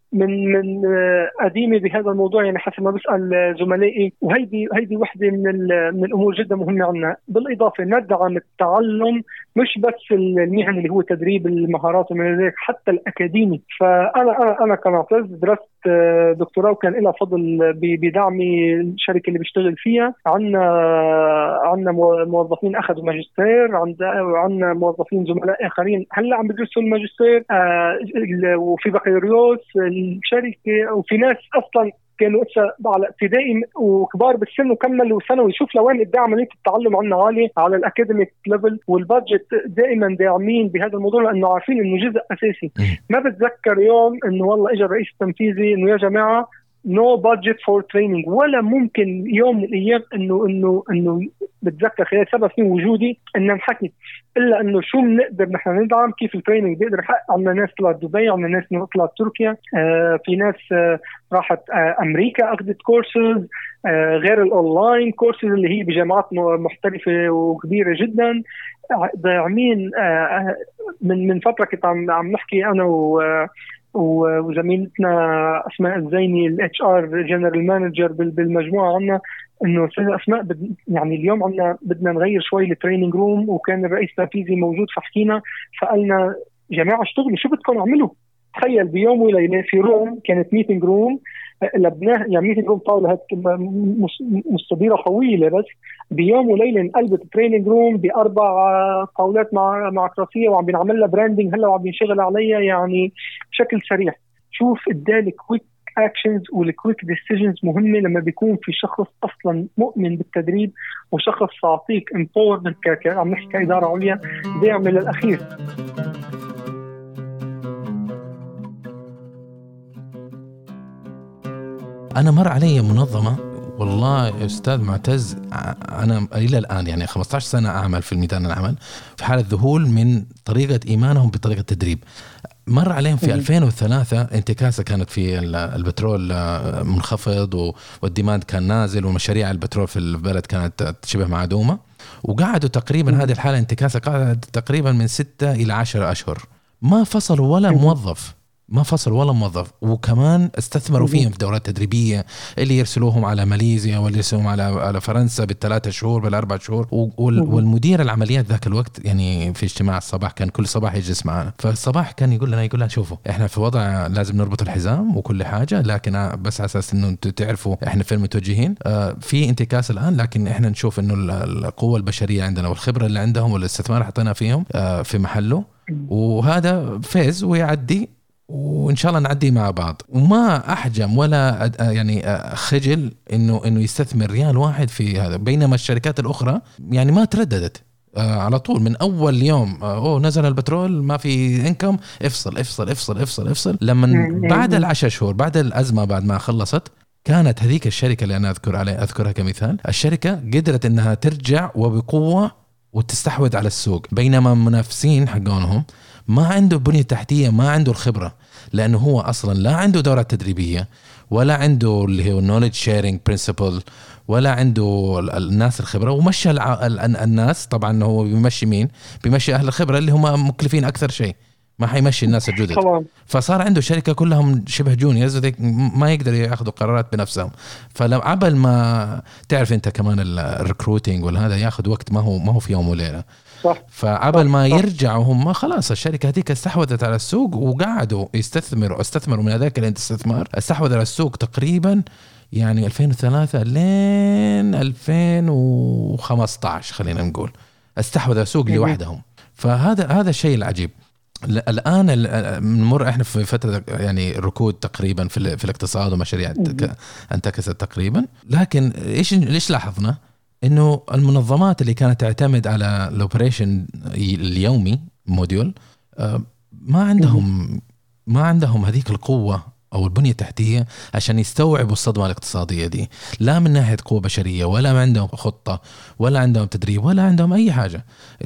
من من قديمه بهذا الموضوع، يعني حسب ما بسال زملائي، وهيدي هيدي وحده من من الامور جدا مهمه عندنا. بالاضافه ندعم التعلم مش بس المهني اللي هو تدريب المهارات ومن ذلك، حتى الاكاديمي. فانا انا انا كمعتز درست دكتوراه وكان لها فضل بدعمي الشركه اللي بشتغل فيها. عندنا عندنا موظفين اخذوا ماجستير، عندنا موظفين زملاء اخرين هلا عم بيدرسوا الماجستير، وفي بكالوريوس الشركه، وفي ناس اصلا كانوا لسه على ابتدائي وكبار بالسن وكملوا ثانوي. شوف لوين قد عمليه التعلم عندنا عالي على الاكاديميك ليفل، والبادجت دائما داعمين بهذا الموضوع لانه عارفين انه جزء اساسي. ما بتذكر يوم انه والله اجى الرئيس التنفيذي انه يا جماعه no budget for training، ولا ممكن يوم من الايام انه انه انه بتذكر خلال سبع سنين وجودي ان نحكي الا انه شو بنقدر نحن ندعم، كيف التريننج بيقدر يحقق. عندنا ناس طلعت دبي، عندنا ناس طلعت تركيا، آه في ناس آه راحت آه امريكا اخذت كورسز، آه غير الاونلاين كورسز اللي هي بجامعات محترفه وكبيره جدا. داعمين آه من من فتره كنت عم عم نحكي انا و وزميلتنا أسماء الزيني الاتش ار جنرال مانجر بالمجموعة عنا، إنه أسماء بد يعني اليوم عنا بدنا نغير شوي التريننج روم، وكان الرئيس التنفيذي موجود فحكينا فقالنا جماعة اشتغلوا شو بدكم اعملوا. تخيل بيوم وليلة في روم كانت ميتنج روم لبناه، يعني ميتنج روم طاولة هيك مستديرة طويلة، بس بيوم وليلة انقلبت تريننج روم بأربع طاولات مع مع كراسية وعم بنعمل لها براندنج هلا وعم بنشغل عليها يعني بشكل سريع. شوف قدام الكويك اكشنز والكويك ديسيجنز مهمة لما بيكون في شخص أصلا مؤمن بالتدريب وشخص يعطيك امباورمنت عم نحكي كإدارة عليا بيعمل الأخير. أنا مر علي منظمة والله أستاذ معتز، أنا إلى الآن يعني خمسة عشر سنة أعمل في الميدان العمل في حالة ذهول من طريقة إيمانهم بطريقة التدريب. مر عليهم في ألفين وثلاثة انتكاسة كانت في البترول منخفض والديماند كان نازل ومشاريع البترول في البلد كانت شبه معدومة، وقعدوا تقريبا هذه الحالة انتكاسة قعدت تقريبا من ستة إلى عشرة أشهر ما فصلوا ولا موظف، ما فصل ولا موظف، وكمان استثمروا فيهم في دورات تدريبية اللي يرسلوهم على ماليزيا واللي يرسلوهم على على فرنسا بالثلاثة شهور بالأربع شهور. والمدير العمليات ذاك الوقت يعني في اجتماع الصباح كان كل صباح يجلس معنا، فالصباح كان يقول لنا يقول لنا شوفوا احنا في وضع لازم نربط الحزام وكل حاجة، لكن بس على أساس إنه أنتوا تعرفوا احنا فين متوجهين. اه في انتكاس الآن، لكن احنا نشوف إنه القوة البشرية عندنا والخبرة اللي عندهم والاستثمار حطينا فيهم اه في محله، وهذا فيز ويعدي وإن شاء الله نعدي مع بعض. وما أحجم ولا يعني خجل إنه إنه يستثمر ريال واحد في هذا، بينما الشركات الأخرى يعني ما ترددت على طول من أول يوم أوه نزل البترول ما في إنكم افصل افصل افصل افصل افصل. لما بعد العشر شهور بعد الأزمة بعد ما خلصت كانت هذيك الشركة اللي أنا أذكر عليه أذكرها كمثال، الشركة قدرت إنها ترجع وبقوة وتستحوذ على السوق، بينما منافسين حقونهم ما عنده بنية تحتية، ما عنده الخبرة، لأنه هو أصلا لا عنده دورات تدريبية ولا عنده اللي هو knowledge sharing principle ولا عنده الناس الخبرة، ومشى الناس. طبعا هو بيمشي مين؟ بيمشي أهل الخبرة اللي هم مكلفين أكثر شيء، ما حيمشي الناس الجدد. فصار عنده شركة كلهم شبه جونيورز ما يقدر يأخذوا قرارات بنفسهم. فلو عبل ما تعرف أنت كمان الريكروتينج وهذا يأخذ وقت، ما هو ما هو في يوم وليلة. صح. فعبل ما يرجعوا هم خلاص الشركة هذيك استحوذت على السوق وقعدوا يستثمروا استثمروا من هذاك الاستثمار استحوذ على السوق تقريبا يعني ألفين وثلاثة لين ألفين وخمسة عشر خلينا نقول استحوذ على السوق لوحدهم. فهذا هذا الشيء العجيب. الآن نمر إحنا في فترة يعني ركود تقريبا في, في الاقتصاد ومشاريع انتكست تقريبا، لكن إيش ليش لاحظنا إنه المنظمات اللي كانت تعتمد على الأوبريشن اليومي موديول ما عندهم ما عندهم هذيك القوة أو البنية التحتية عشان يستوعبوا الصدمة الاقتصادية دي، لا من ناحية قوة بشرية ولا عندهم خطة ولا عندهم تدريب ولا عندهم أي حاجة.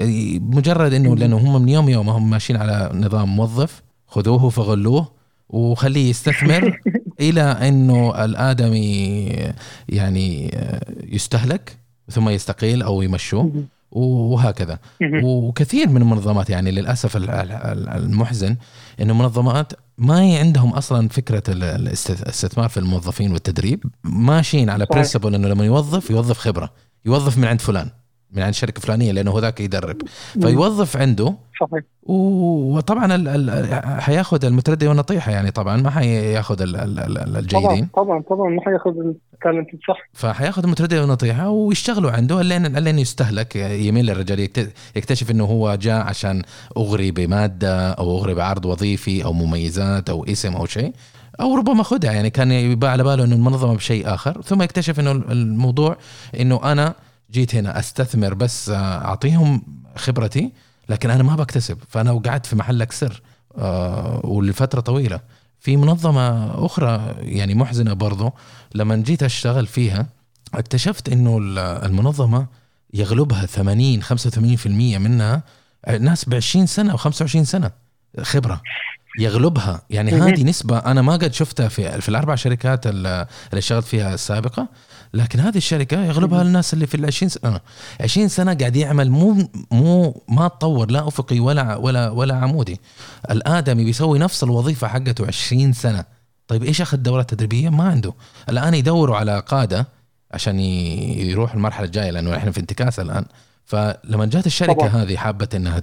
مجرد إنه لأنه هم من يوم يوم هم ماشيين على نظام موظف خذوه فغلوه وخليه يستثمر إلى إنه الآدمي يعني يستهلك ثم يستقيل أو يمشوه وهكذا. وكثير من المنظمات يعني للأسف المحزن إنه منظمات ما عندهم أصلا فكرة الاستثمار في الموظفين والتدريب، ماشيين على برنسبل إنه لما يوظف يوظف خبرة، يوظف من عند فلان، من عند شركة فلانية لأنه هو ذاك يدرب، فيوظف عنده. صحيح. وطبعا ال ال حياخد المتردي والنطيحة، يعني طبعا ما حياخد الجيدين، طبعا طبعا ما حياخد التالنت الصح، فحياخد المتردي والنطيحة ويشتغلوا عنده لين لين يستهلك، يميل الرجال يكتشف انه هو جاء عشان اغري بمادة او اغري بعرض وظيفي او مميزات او اسم او شيء، او ربما خدها، يعني كان يبقى على باله انه المنظمة بشيء اخر، ثم يكتشف انه الموضوع انه انا جيت هنا استثمر بس اعطيهم خبرتي، لكن أنا ما بكتسب، فأنا وقعدت في محلك سر آه ولفترة طويلة. في منظمة أخرى يعني محزنة برضو، لما جيت أشتغل فيها اكتشفت إنه المنظمة يغلبها ثمانين خمسة وثمانين في المية منها ناس بعشرين سنة أو خمسة وعشرين سنة خبرة، يغلبها. يعني هذه نسبة أنا ما قد شفتها في في الأربع شركات اللي اشتغلت فيها السابقة، لكن هذه الشركة يغلبها الناس اللي في العشرين سنة عشرين سنة قاعد يعمل مو مو ما تطور لا أفقي ولا ولا ولا عمودي. الآدمي بيسوي نفس الوظيفة حقته عشرين سنة، طيب إيش أخذ دورات تدريبية؟ ما عنده. الآن يدوروا على قادة عشان يروح المرحلة الجاية، لأنه إحنا في انتكاسة الآن. فلما جات الشركة طبعا. هذه حابت إنها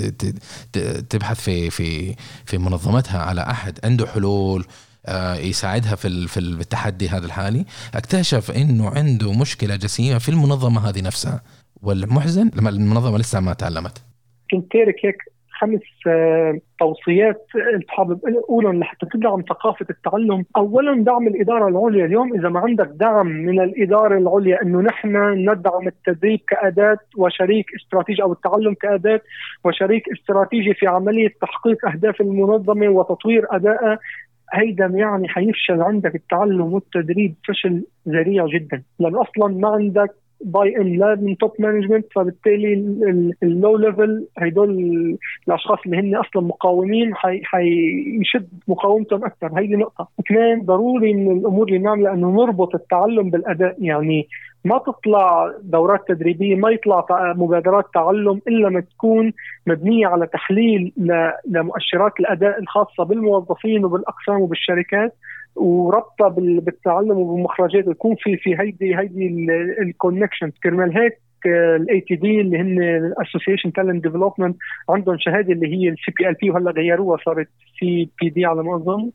تبحث في في في منظمتها على أحد عنده حلول يساعدها في في التحدي هذا الحالي، اكتشف إنه عنده مشكلة جسيمة في المنظمة هذه نفسها. والمحزن لما المنظمة لسه ما تعلمت. كنت تارك هيك خمس توصيات حابب أقولهم لحتى تدعم ثقافة التعلم. أولا دعم الإدارة العليا. اليوم إذا ما عندك دعم من الإدارة العليا إنه نحن ندعم التدريب كأداة وشريك استراتيجي، أو التعلم كأداة وشريك استراتيجي في عملية تحقيق أهداف المنظمة وتطوير أدائها، هيدا يعني حيفشل عندك التعلم والتدريب فشل ذريع جدا، لأن أصلا ما عندك باي ان لا من توب مانجمنت، فبالتالي اللو ليفل هيدول الاشخاص اللي هن اصلا مقاومين حيشد مقاومتهم اكثر. هيدي نقطه. اثنين، ضروري من الامور اللي نعملها انه نربط التعلم بالاداء، يعني ما تطلع دورات تدريبيه، ما يطلع مبادرات تعلم الا ما تكون مبنيه على تحليل لمؤشرات الاداء الخاصه بالموظفين وبالاقسام وبالشركات، وربطه بالتعلم وبمخرجات، يكون في في هيدي هيدي الكونكشن. كرمال هيك الاي تي دي اللي هن الاسوسيشن تالنت ديفلوبمنت عندهم شهاده اللي هي السي بي ال بي، وهلا غيروها صارت سي بي دي على ما اظن،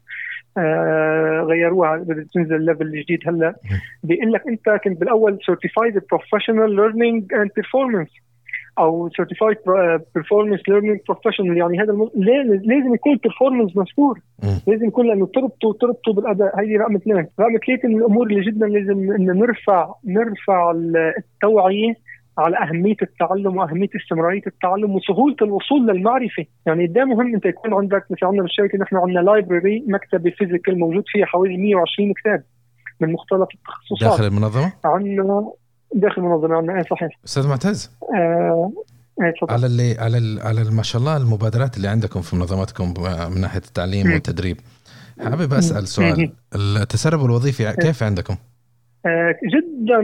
آه غيروها بدها تنزل الليفل الجديد هلا. بيقول لك انت كنت بالاول certified professional learning and performance او certified performance learning professional، يعني هذا الم... لازم يكون performance مذكور، لازم يكون لانه تربطه تربطه بالاداء. هذه رقم اثنين. رقم ثلاثة من الامور اللي جدا لازم ان نرفع نرفع التوعيه على اهميه التعلم واهميه استمراريه التعلم وسهوله الوصول للمعرفه. يعني ده مهم انت يكون عندك، مثل عندنا بالشركه نحن عندنا لايبرري، مكتبه فيزيكال موجود فيها حوالي مية وعشرين كتاب من مختلف التخصصات داخل المنظمه. عندنا داخل المنظمه عندنا. ايه صحيح استاذ معتز. آه على اللي على على ما شاء الله المبادرات اللي عندكم في منظماتكم من ناحيه التعليم والتدريب، حابب اسال سؤال. التسرب الوظيفي كيف عندكم؟ آه جدا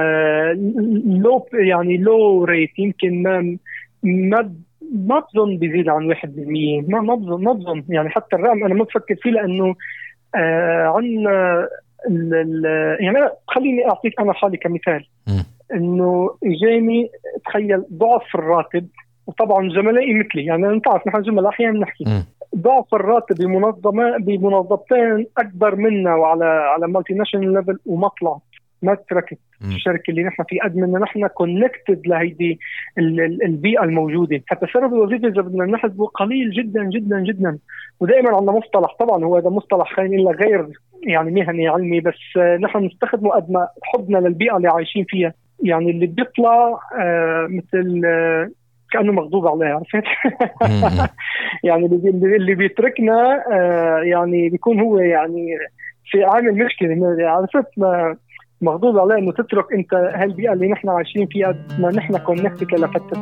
لو يعني لو ريت، يمكن ما ما ما بظن بيزيد عن واحد بالمية، ما ما بظن ما بظن يعني حتى الرقم انا ما بفكر فيه، لانه آه عندنا يعني خليني اعطيك انا حالي كمثال. م. انه اجاني تخيل ضعف الراتب، وطبعا زملائي مثلي يعني انت عارف نحن زملاء احيانا نحكي م. ضعف الراتب بمنظمه بمنظمتين اكبر منا وعلى على مالتي ناشونال ليفل، وما طلعت ما تركت الشركه اللي نحن في قد منا نحن كونكتد لهيدي البيئه الموجوده. حتى سبب الوظيفه اذا بدنا نحسبه قليل جدا جدا جدا. ودائما عندنا مصطلح، طبعا هو هذا مصطلح خلينا نقول غير يعني مهني علمي، بس نحن نستخدمه قد ما حبنا للبيئه اللي عايشين فيها. يعني اللي بيطلع آه مثل آه كأنه مغضوب عليه، عرفت؟ يعني اللي اللي بيتركنا آه يعني بيكون هو يعني في عامل مشكله، عرفت؟ ما مغضوب عليه انه تترك انت هالبيئه اللي نحن عايشين فيها، ما نحن كونكتد لفتره.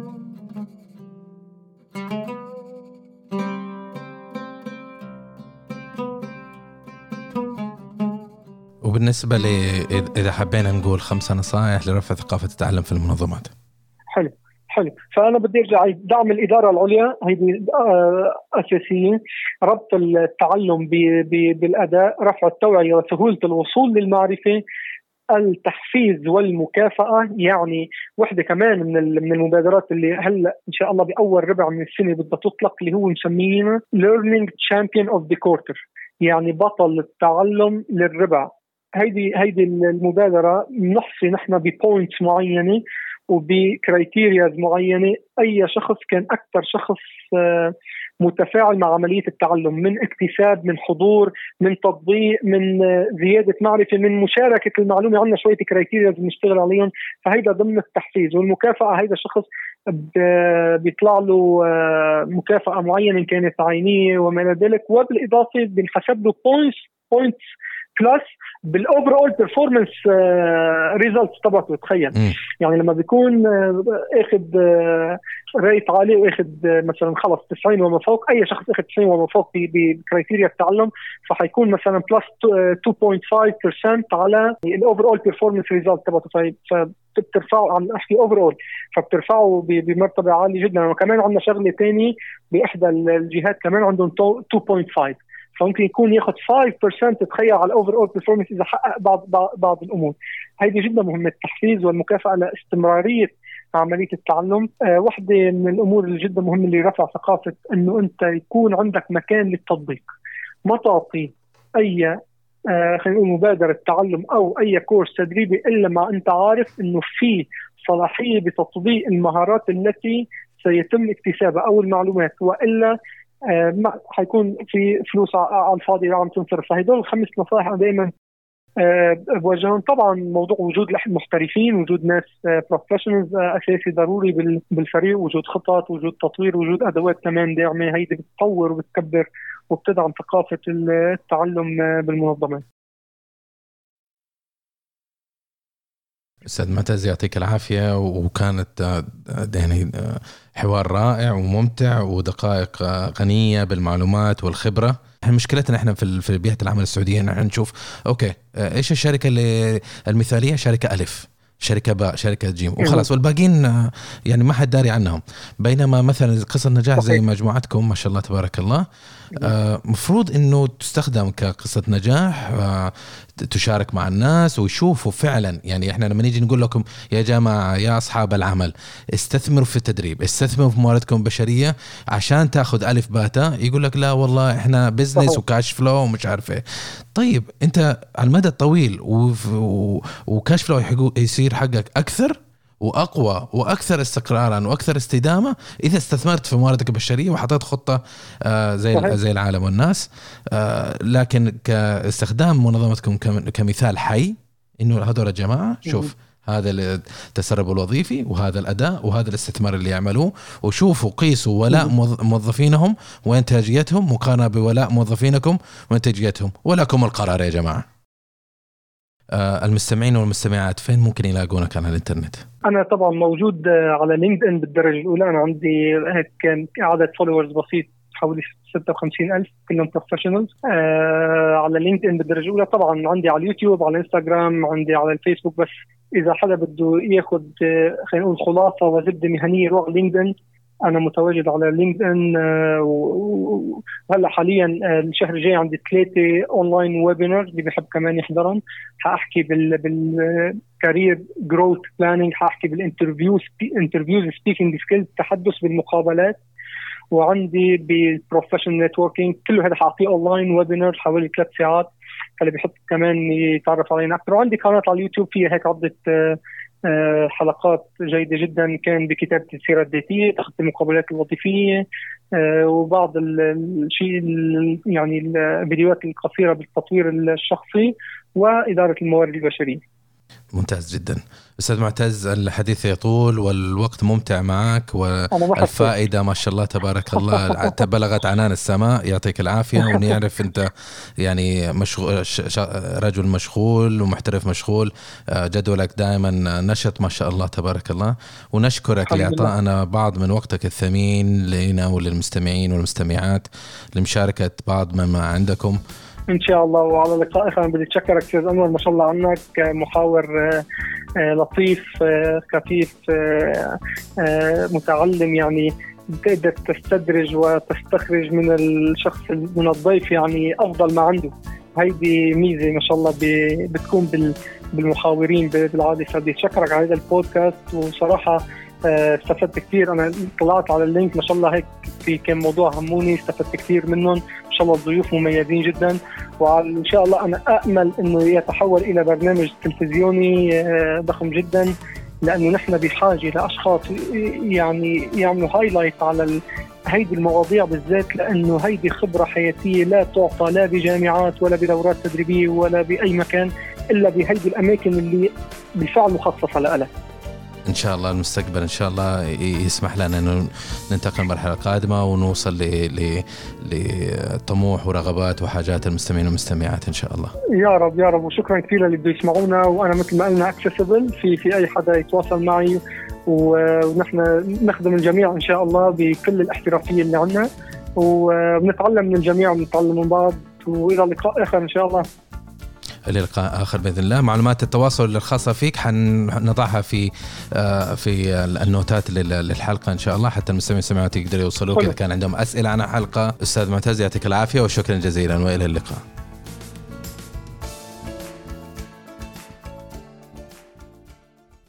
وبالنسبة لي إذا حبينا نقول خمسة نصائح لرفع ثقافة التعلم في المنظمات. حلو حلو. فأنا بدي أرجع دعم الإدارة العليا، هيدي أساسية. ربط التعلم بالأداء، رفع التوعية وسهولة الوصول للمعرفة، التحفيز والمكافأة. يعني واحدة كمان من من المبادرات اللي هلا إن شاء الله بأول ربع من السنة بدها تطلق، اللي هو مسمينه Learning Champion of the Quarter، يعني بطل التعلم للربع. هيدي هيدي المبادرة نحصي نحن ببوينتس معينة وبكرايتيرياز معينة، أي شخص كان أكثر شخص متفاعل مع عملية التعلم، من اكتساب، من حضور، من تطبيق، من زيادة معرفة، من مشاركة المعلومة. عندنا شوية كرايتيرياز بنشتغل عليهم، فهيدا ضمن التحفيز. والمكافأة هيدا شخص بيطلع له مكافأة معينة كانت عينية وما إلى ذلك، وبالإضافة بنحسب له بوينتس بوينتس بلس بالاوفر اول بيرفورمانس ريزلتس تبعته. تخيل يعني لما بيكون اخذ ريت عالي واخذ مثلا خلص تسعين وما فوق، اي شخص اخذ تسعين وما فوق بكرايتيريا التعلم، فحيكون مثلا بلس اثنين فاصلة خمسة بالمية على الاوفر اول بيرفورمانس ريزلت تبعته. فبترفعه، عم احكي اوفر اول، فبترفعه بمرتبه عاليه جدا. وكمان عندنا شغله ثانيه باحدى الجهات كمان عندهم اثنين فاصلة خمسة، فممكن يكون ياخد خمسة بالمية تتخيل على الاوفر اول بيرفورمانس اذا حقق بعض بعض الامور. هيدي جدا مهمه، التحفيز والمكافاه لاستمراريه عمليه التعلم. أه واحده من الامور اللي جدا مهمه اللي رفع ثقافه انه انت يكون عندك مكان للتطبيق. ما تعطي اي أه خلينا نقول مبادره تعلم او اي كورس تدريبي الا ما انت عارف انه في صلاحيه بتطبيق المهارات التي سيتم اكتسابها او المعلومات، والا ما حيكون في فلوس على الفاضي عم تنصرف. فهدول الخمس نصائح أنا دائما بوجههم. طبعا موضوع وجود محترفين، وجود ناس بروفيشنالز أساسي ضروري بالفريق، وجود خطط، وجود تطوير، وجود أدوات كمان داعمة، هيدي بتطور وبتكبر وبتدعم ثقافة التعلم بالمنظمات. أستاذ معتز يعطيك العافية، وكانت يعني حوار رائع وممتع ودقائق غنية بالمعلومات والخبرة. مشكلتنا احنا في في بيئة العمل السعودية نحن نشوف اوكي ايش الشركة اللي المثالية، شركة ألف، شركة باء، شركة جيم، وخلاص، والباقين يعني ما حد داري عنهم. بينما مثلا قصة نجاح زي مجموعتكم ما شاء الله تبارك الله مفروض انه تستخدم كقصة نجاح، تشارك مع الناس ويشوفوا فعلا. يعني احنا لما نيجي نقول لكم يا جماعة يا اصحاب العمل استثمروا في التدريب، استثمروا في مواردكم البشرية عشان تاخذ الف باتا، يقول لك لا والله احنا بزنس وكاش فلو ومش عارف ايه. طيب انت على المدى الطويل وكاش فلو يصير حقك اكثر واقوى واكثر استقرارا واكثر استدامه اذا استثمرت في مواردك البشريه وحطيت خطه آه زي صحيح. زي العالم والناس. آه لكن كاستخدام منظمتكم كمثال حي انه هذول الجماعه شوف هذا التسرب الوظيفي وهذا الاداء وهذا الاستثمار اللي يعملوه، وشوفوا قيسوا ولاء موظفينهم وانتاجيتهم مقارنه بولاء موظفينكم وانتاجيتهم، ولكم القرار يا جماعه. آه المستمعين والمستمعات فين ممكن يلاقونك على الانترنت؟ أنا طبعا موجود على لينكد إن بالدرجة الأولى. أنا عندي هيك عدد فولورز بسيط حوالي ستة وخمسين ألف كلهم بروفيشنالز آه على لينكد إن بالدرجة الأولى. طبعا عندي على اليوتيوب، على الانستغرام، عندي على الفيسبوك. بس إذا حدا بده ياخد خلينا نقول خلاصة وزبدة مهنية روح لينكد إن. أنا متواجد على لينكد إن، وهلا حاليا الشهر الجاي عندي ثلاثة أونلاين ويبينارز اللي بحب كمان يحضرهم. حأحكي بال بالكارير جروث بلانينج، حأحكي بالانترفيوز انترفيوز سبيكينج سكيلز، تحدث بالمقابلات، وعندي بالبروفيشنال نتوركينج. كله هذا حأعطيه أونلاين ويبينار حوالي ثلاث ساعات، فاللي بيحب كمان يتعرف علينا أكثر. وعندي قناة على اليوتيوب فيها هيك عدة حلقات جيدة جدا، كان بكتابة السيرة الذاتية، تخطي المقابلات الوظيفية، وبعض الشيء يعني الفيديوهات القصيرة بالتطوير الشخصي وإدارة الموارد البشرية. ممتاز جدا أستاذ معتز، الحديث يطول والوقت ممتع معك، والفائدة ما شاء الله تبارك الله تبلغت عنان السماء. يعطيك العافية. ونعرف أنت يعني مشغول، رجل مشغول ومحترف مشغول، جدولك دائما نشط ما شاء الله تبارك الله. ونشكرك لإعطائنا بعض من وقتك الثمين لنا وللمستمعين والمستمعات لمشاركة بعض مما عندكم إن شاء الله. وعلى لقائك. أنا بدي أتشكرك أستاذ أنور، ما شاء الله عنك محاور لطيف خفيف متعلم، يعني تقدر تستدرج وتستخرج من الشخص من الضيف يعني أفضل ما عنده. هيدي ميزة ما شاء الله بتكون بالمحاورين بالعادة. فبدي شكرك على هذا البودكاست، وصراحة استفدت كثير. أنا طلعت على اللينك ما شاء الله هيك في كم موضوع هموني، استفدت كثير منهم. ما شاء الله الضيوف مميزين جدا، وإن شاء الله أنا أأمل إنه يتحول إلى برنامج تلفزيوني ضخم جدا، لأنه نحن بحاجة لأشخاص يعني يعملوا هايلايت على هيدي المواضيع بالذات، لأنه هيدي خبرة حياتية لا تعطى لا بجامعات ولا بدورات تدريبية ولا بأي مكان إلا بهيدي الأماكن اللي بالفعل مخصصة لها. إن شاء الله المستقبل إن شاء الله يسمح لنا أن ننتقل مرحلة قادمة ونوصل لطموح ورغبات وحاجات المستمعين والمستمعات إن شاء الله. يا رب يا رب، وشكرا كثير اللي بده يسمعونا. وأنا مثل ما قلنا accessible في في أي حدا يتواصل معي، ونحن نخدم الجميع إن شاء الله بكل الاحترافية اللي عنا، ونتعلم من الجميع ونتعلم من بعض. وإلى اللقاء آخر إن شاء الله. للقاء آخر بإذن الله. معلومات التواصل الخاصة فيك حنضعها في في النوتات للحلقة إن شاء الله، حتى المستمعين والمستمعات يقدروا يوصلوك إذا كان عندهم أسئلة عن الحلقة. أستاذ معتز يعطيك العافية وشكرا جزيلا، وإلى اللقاء.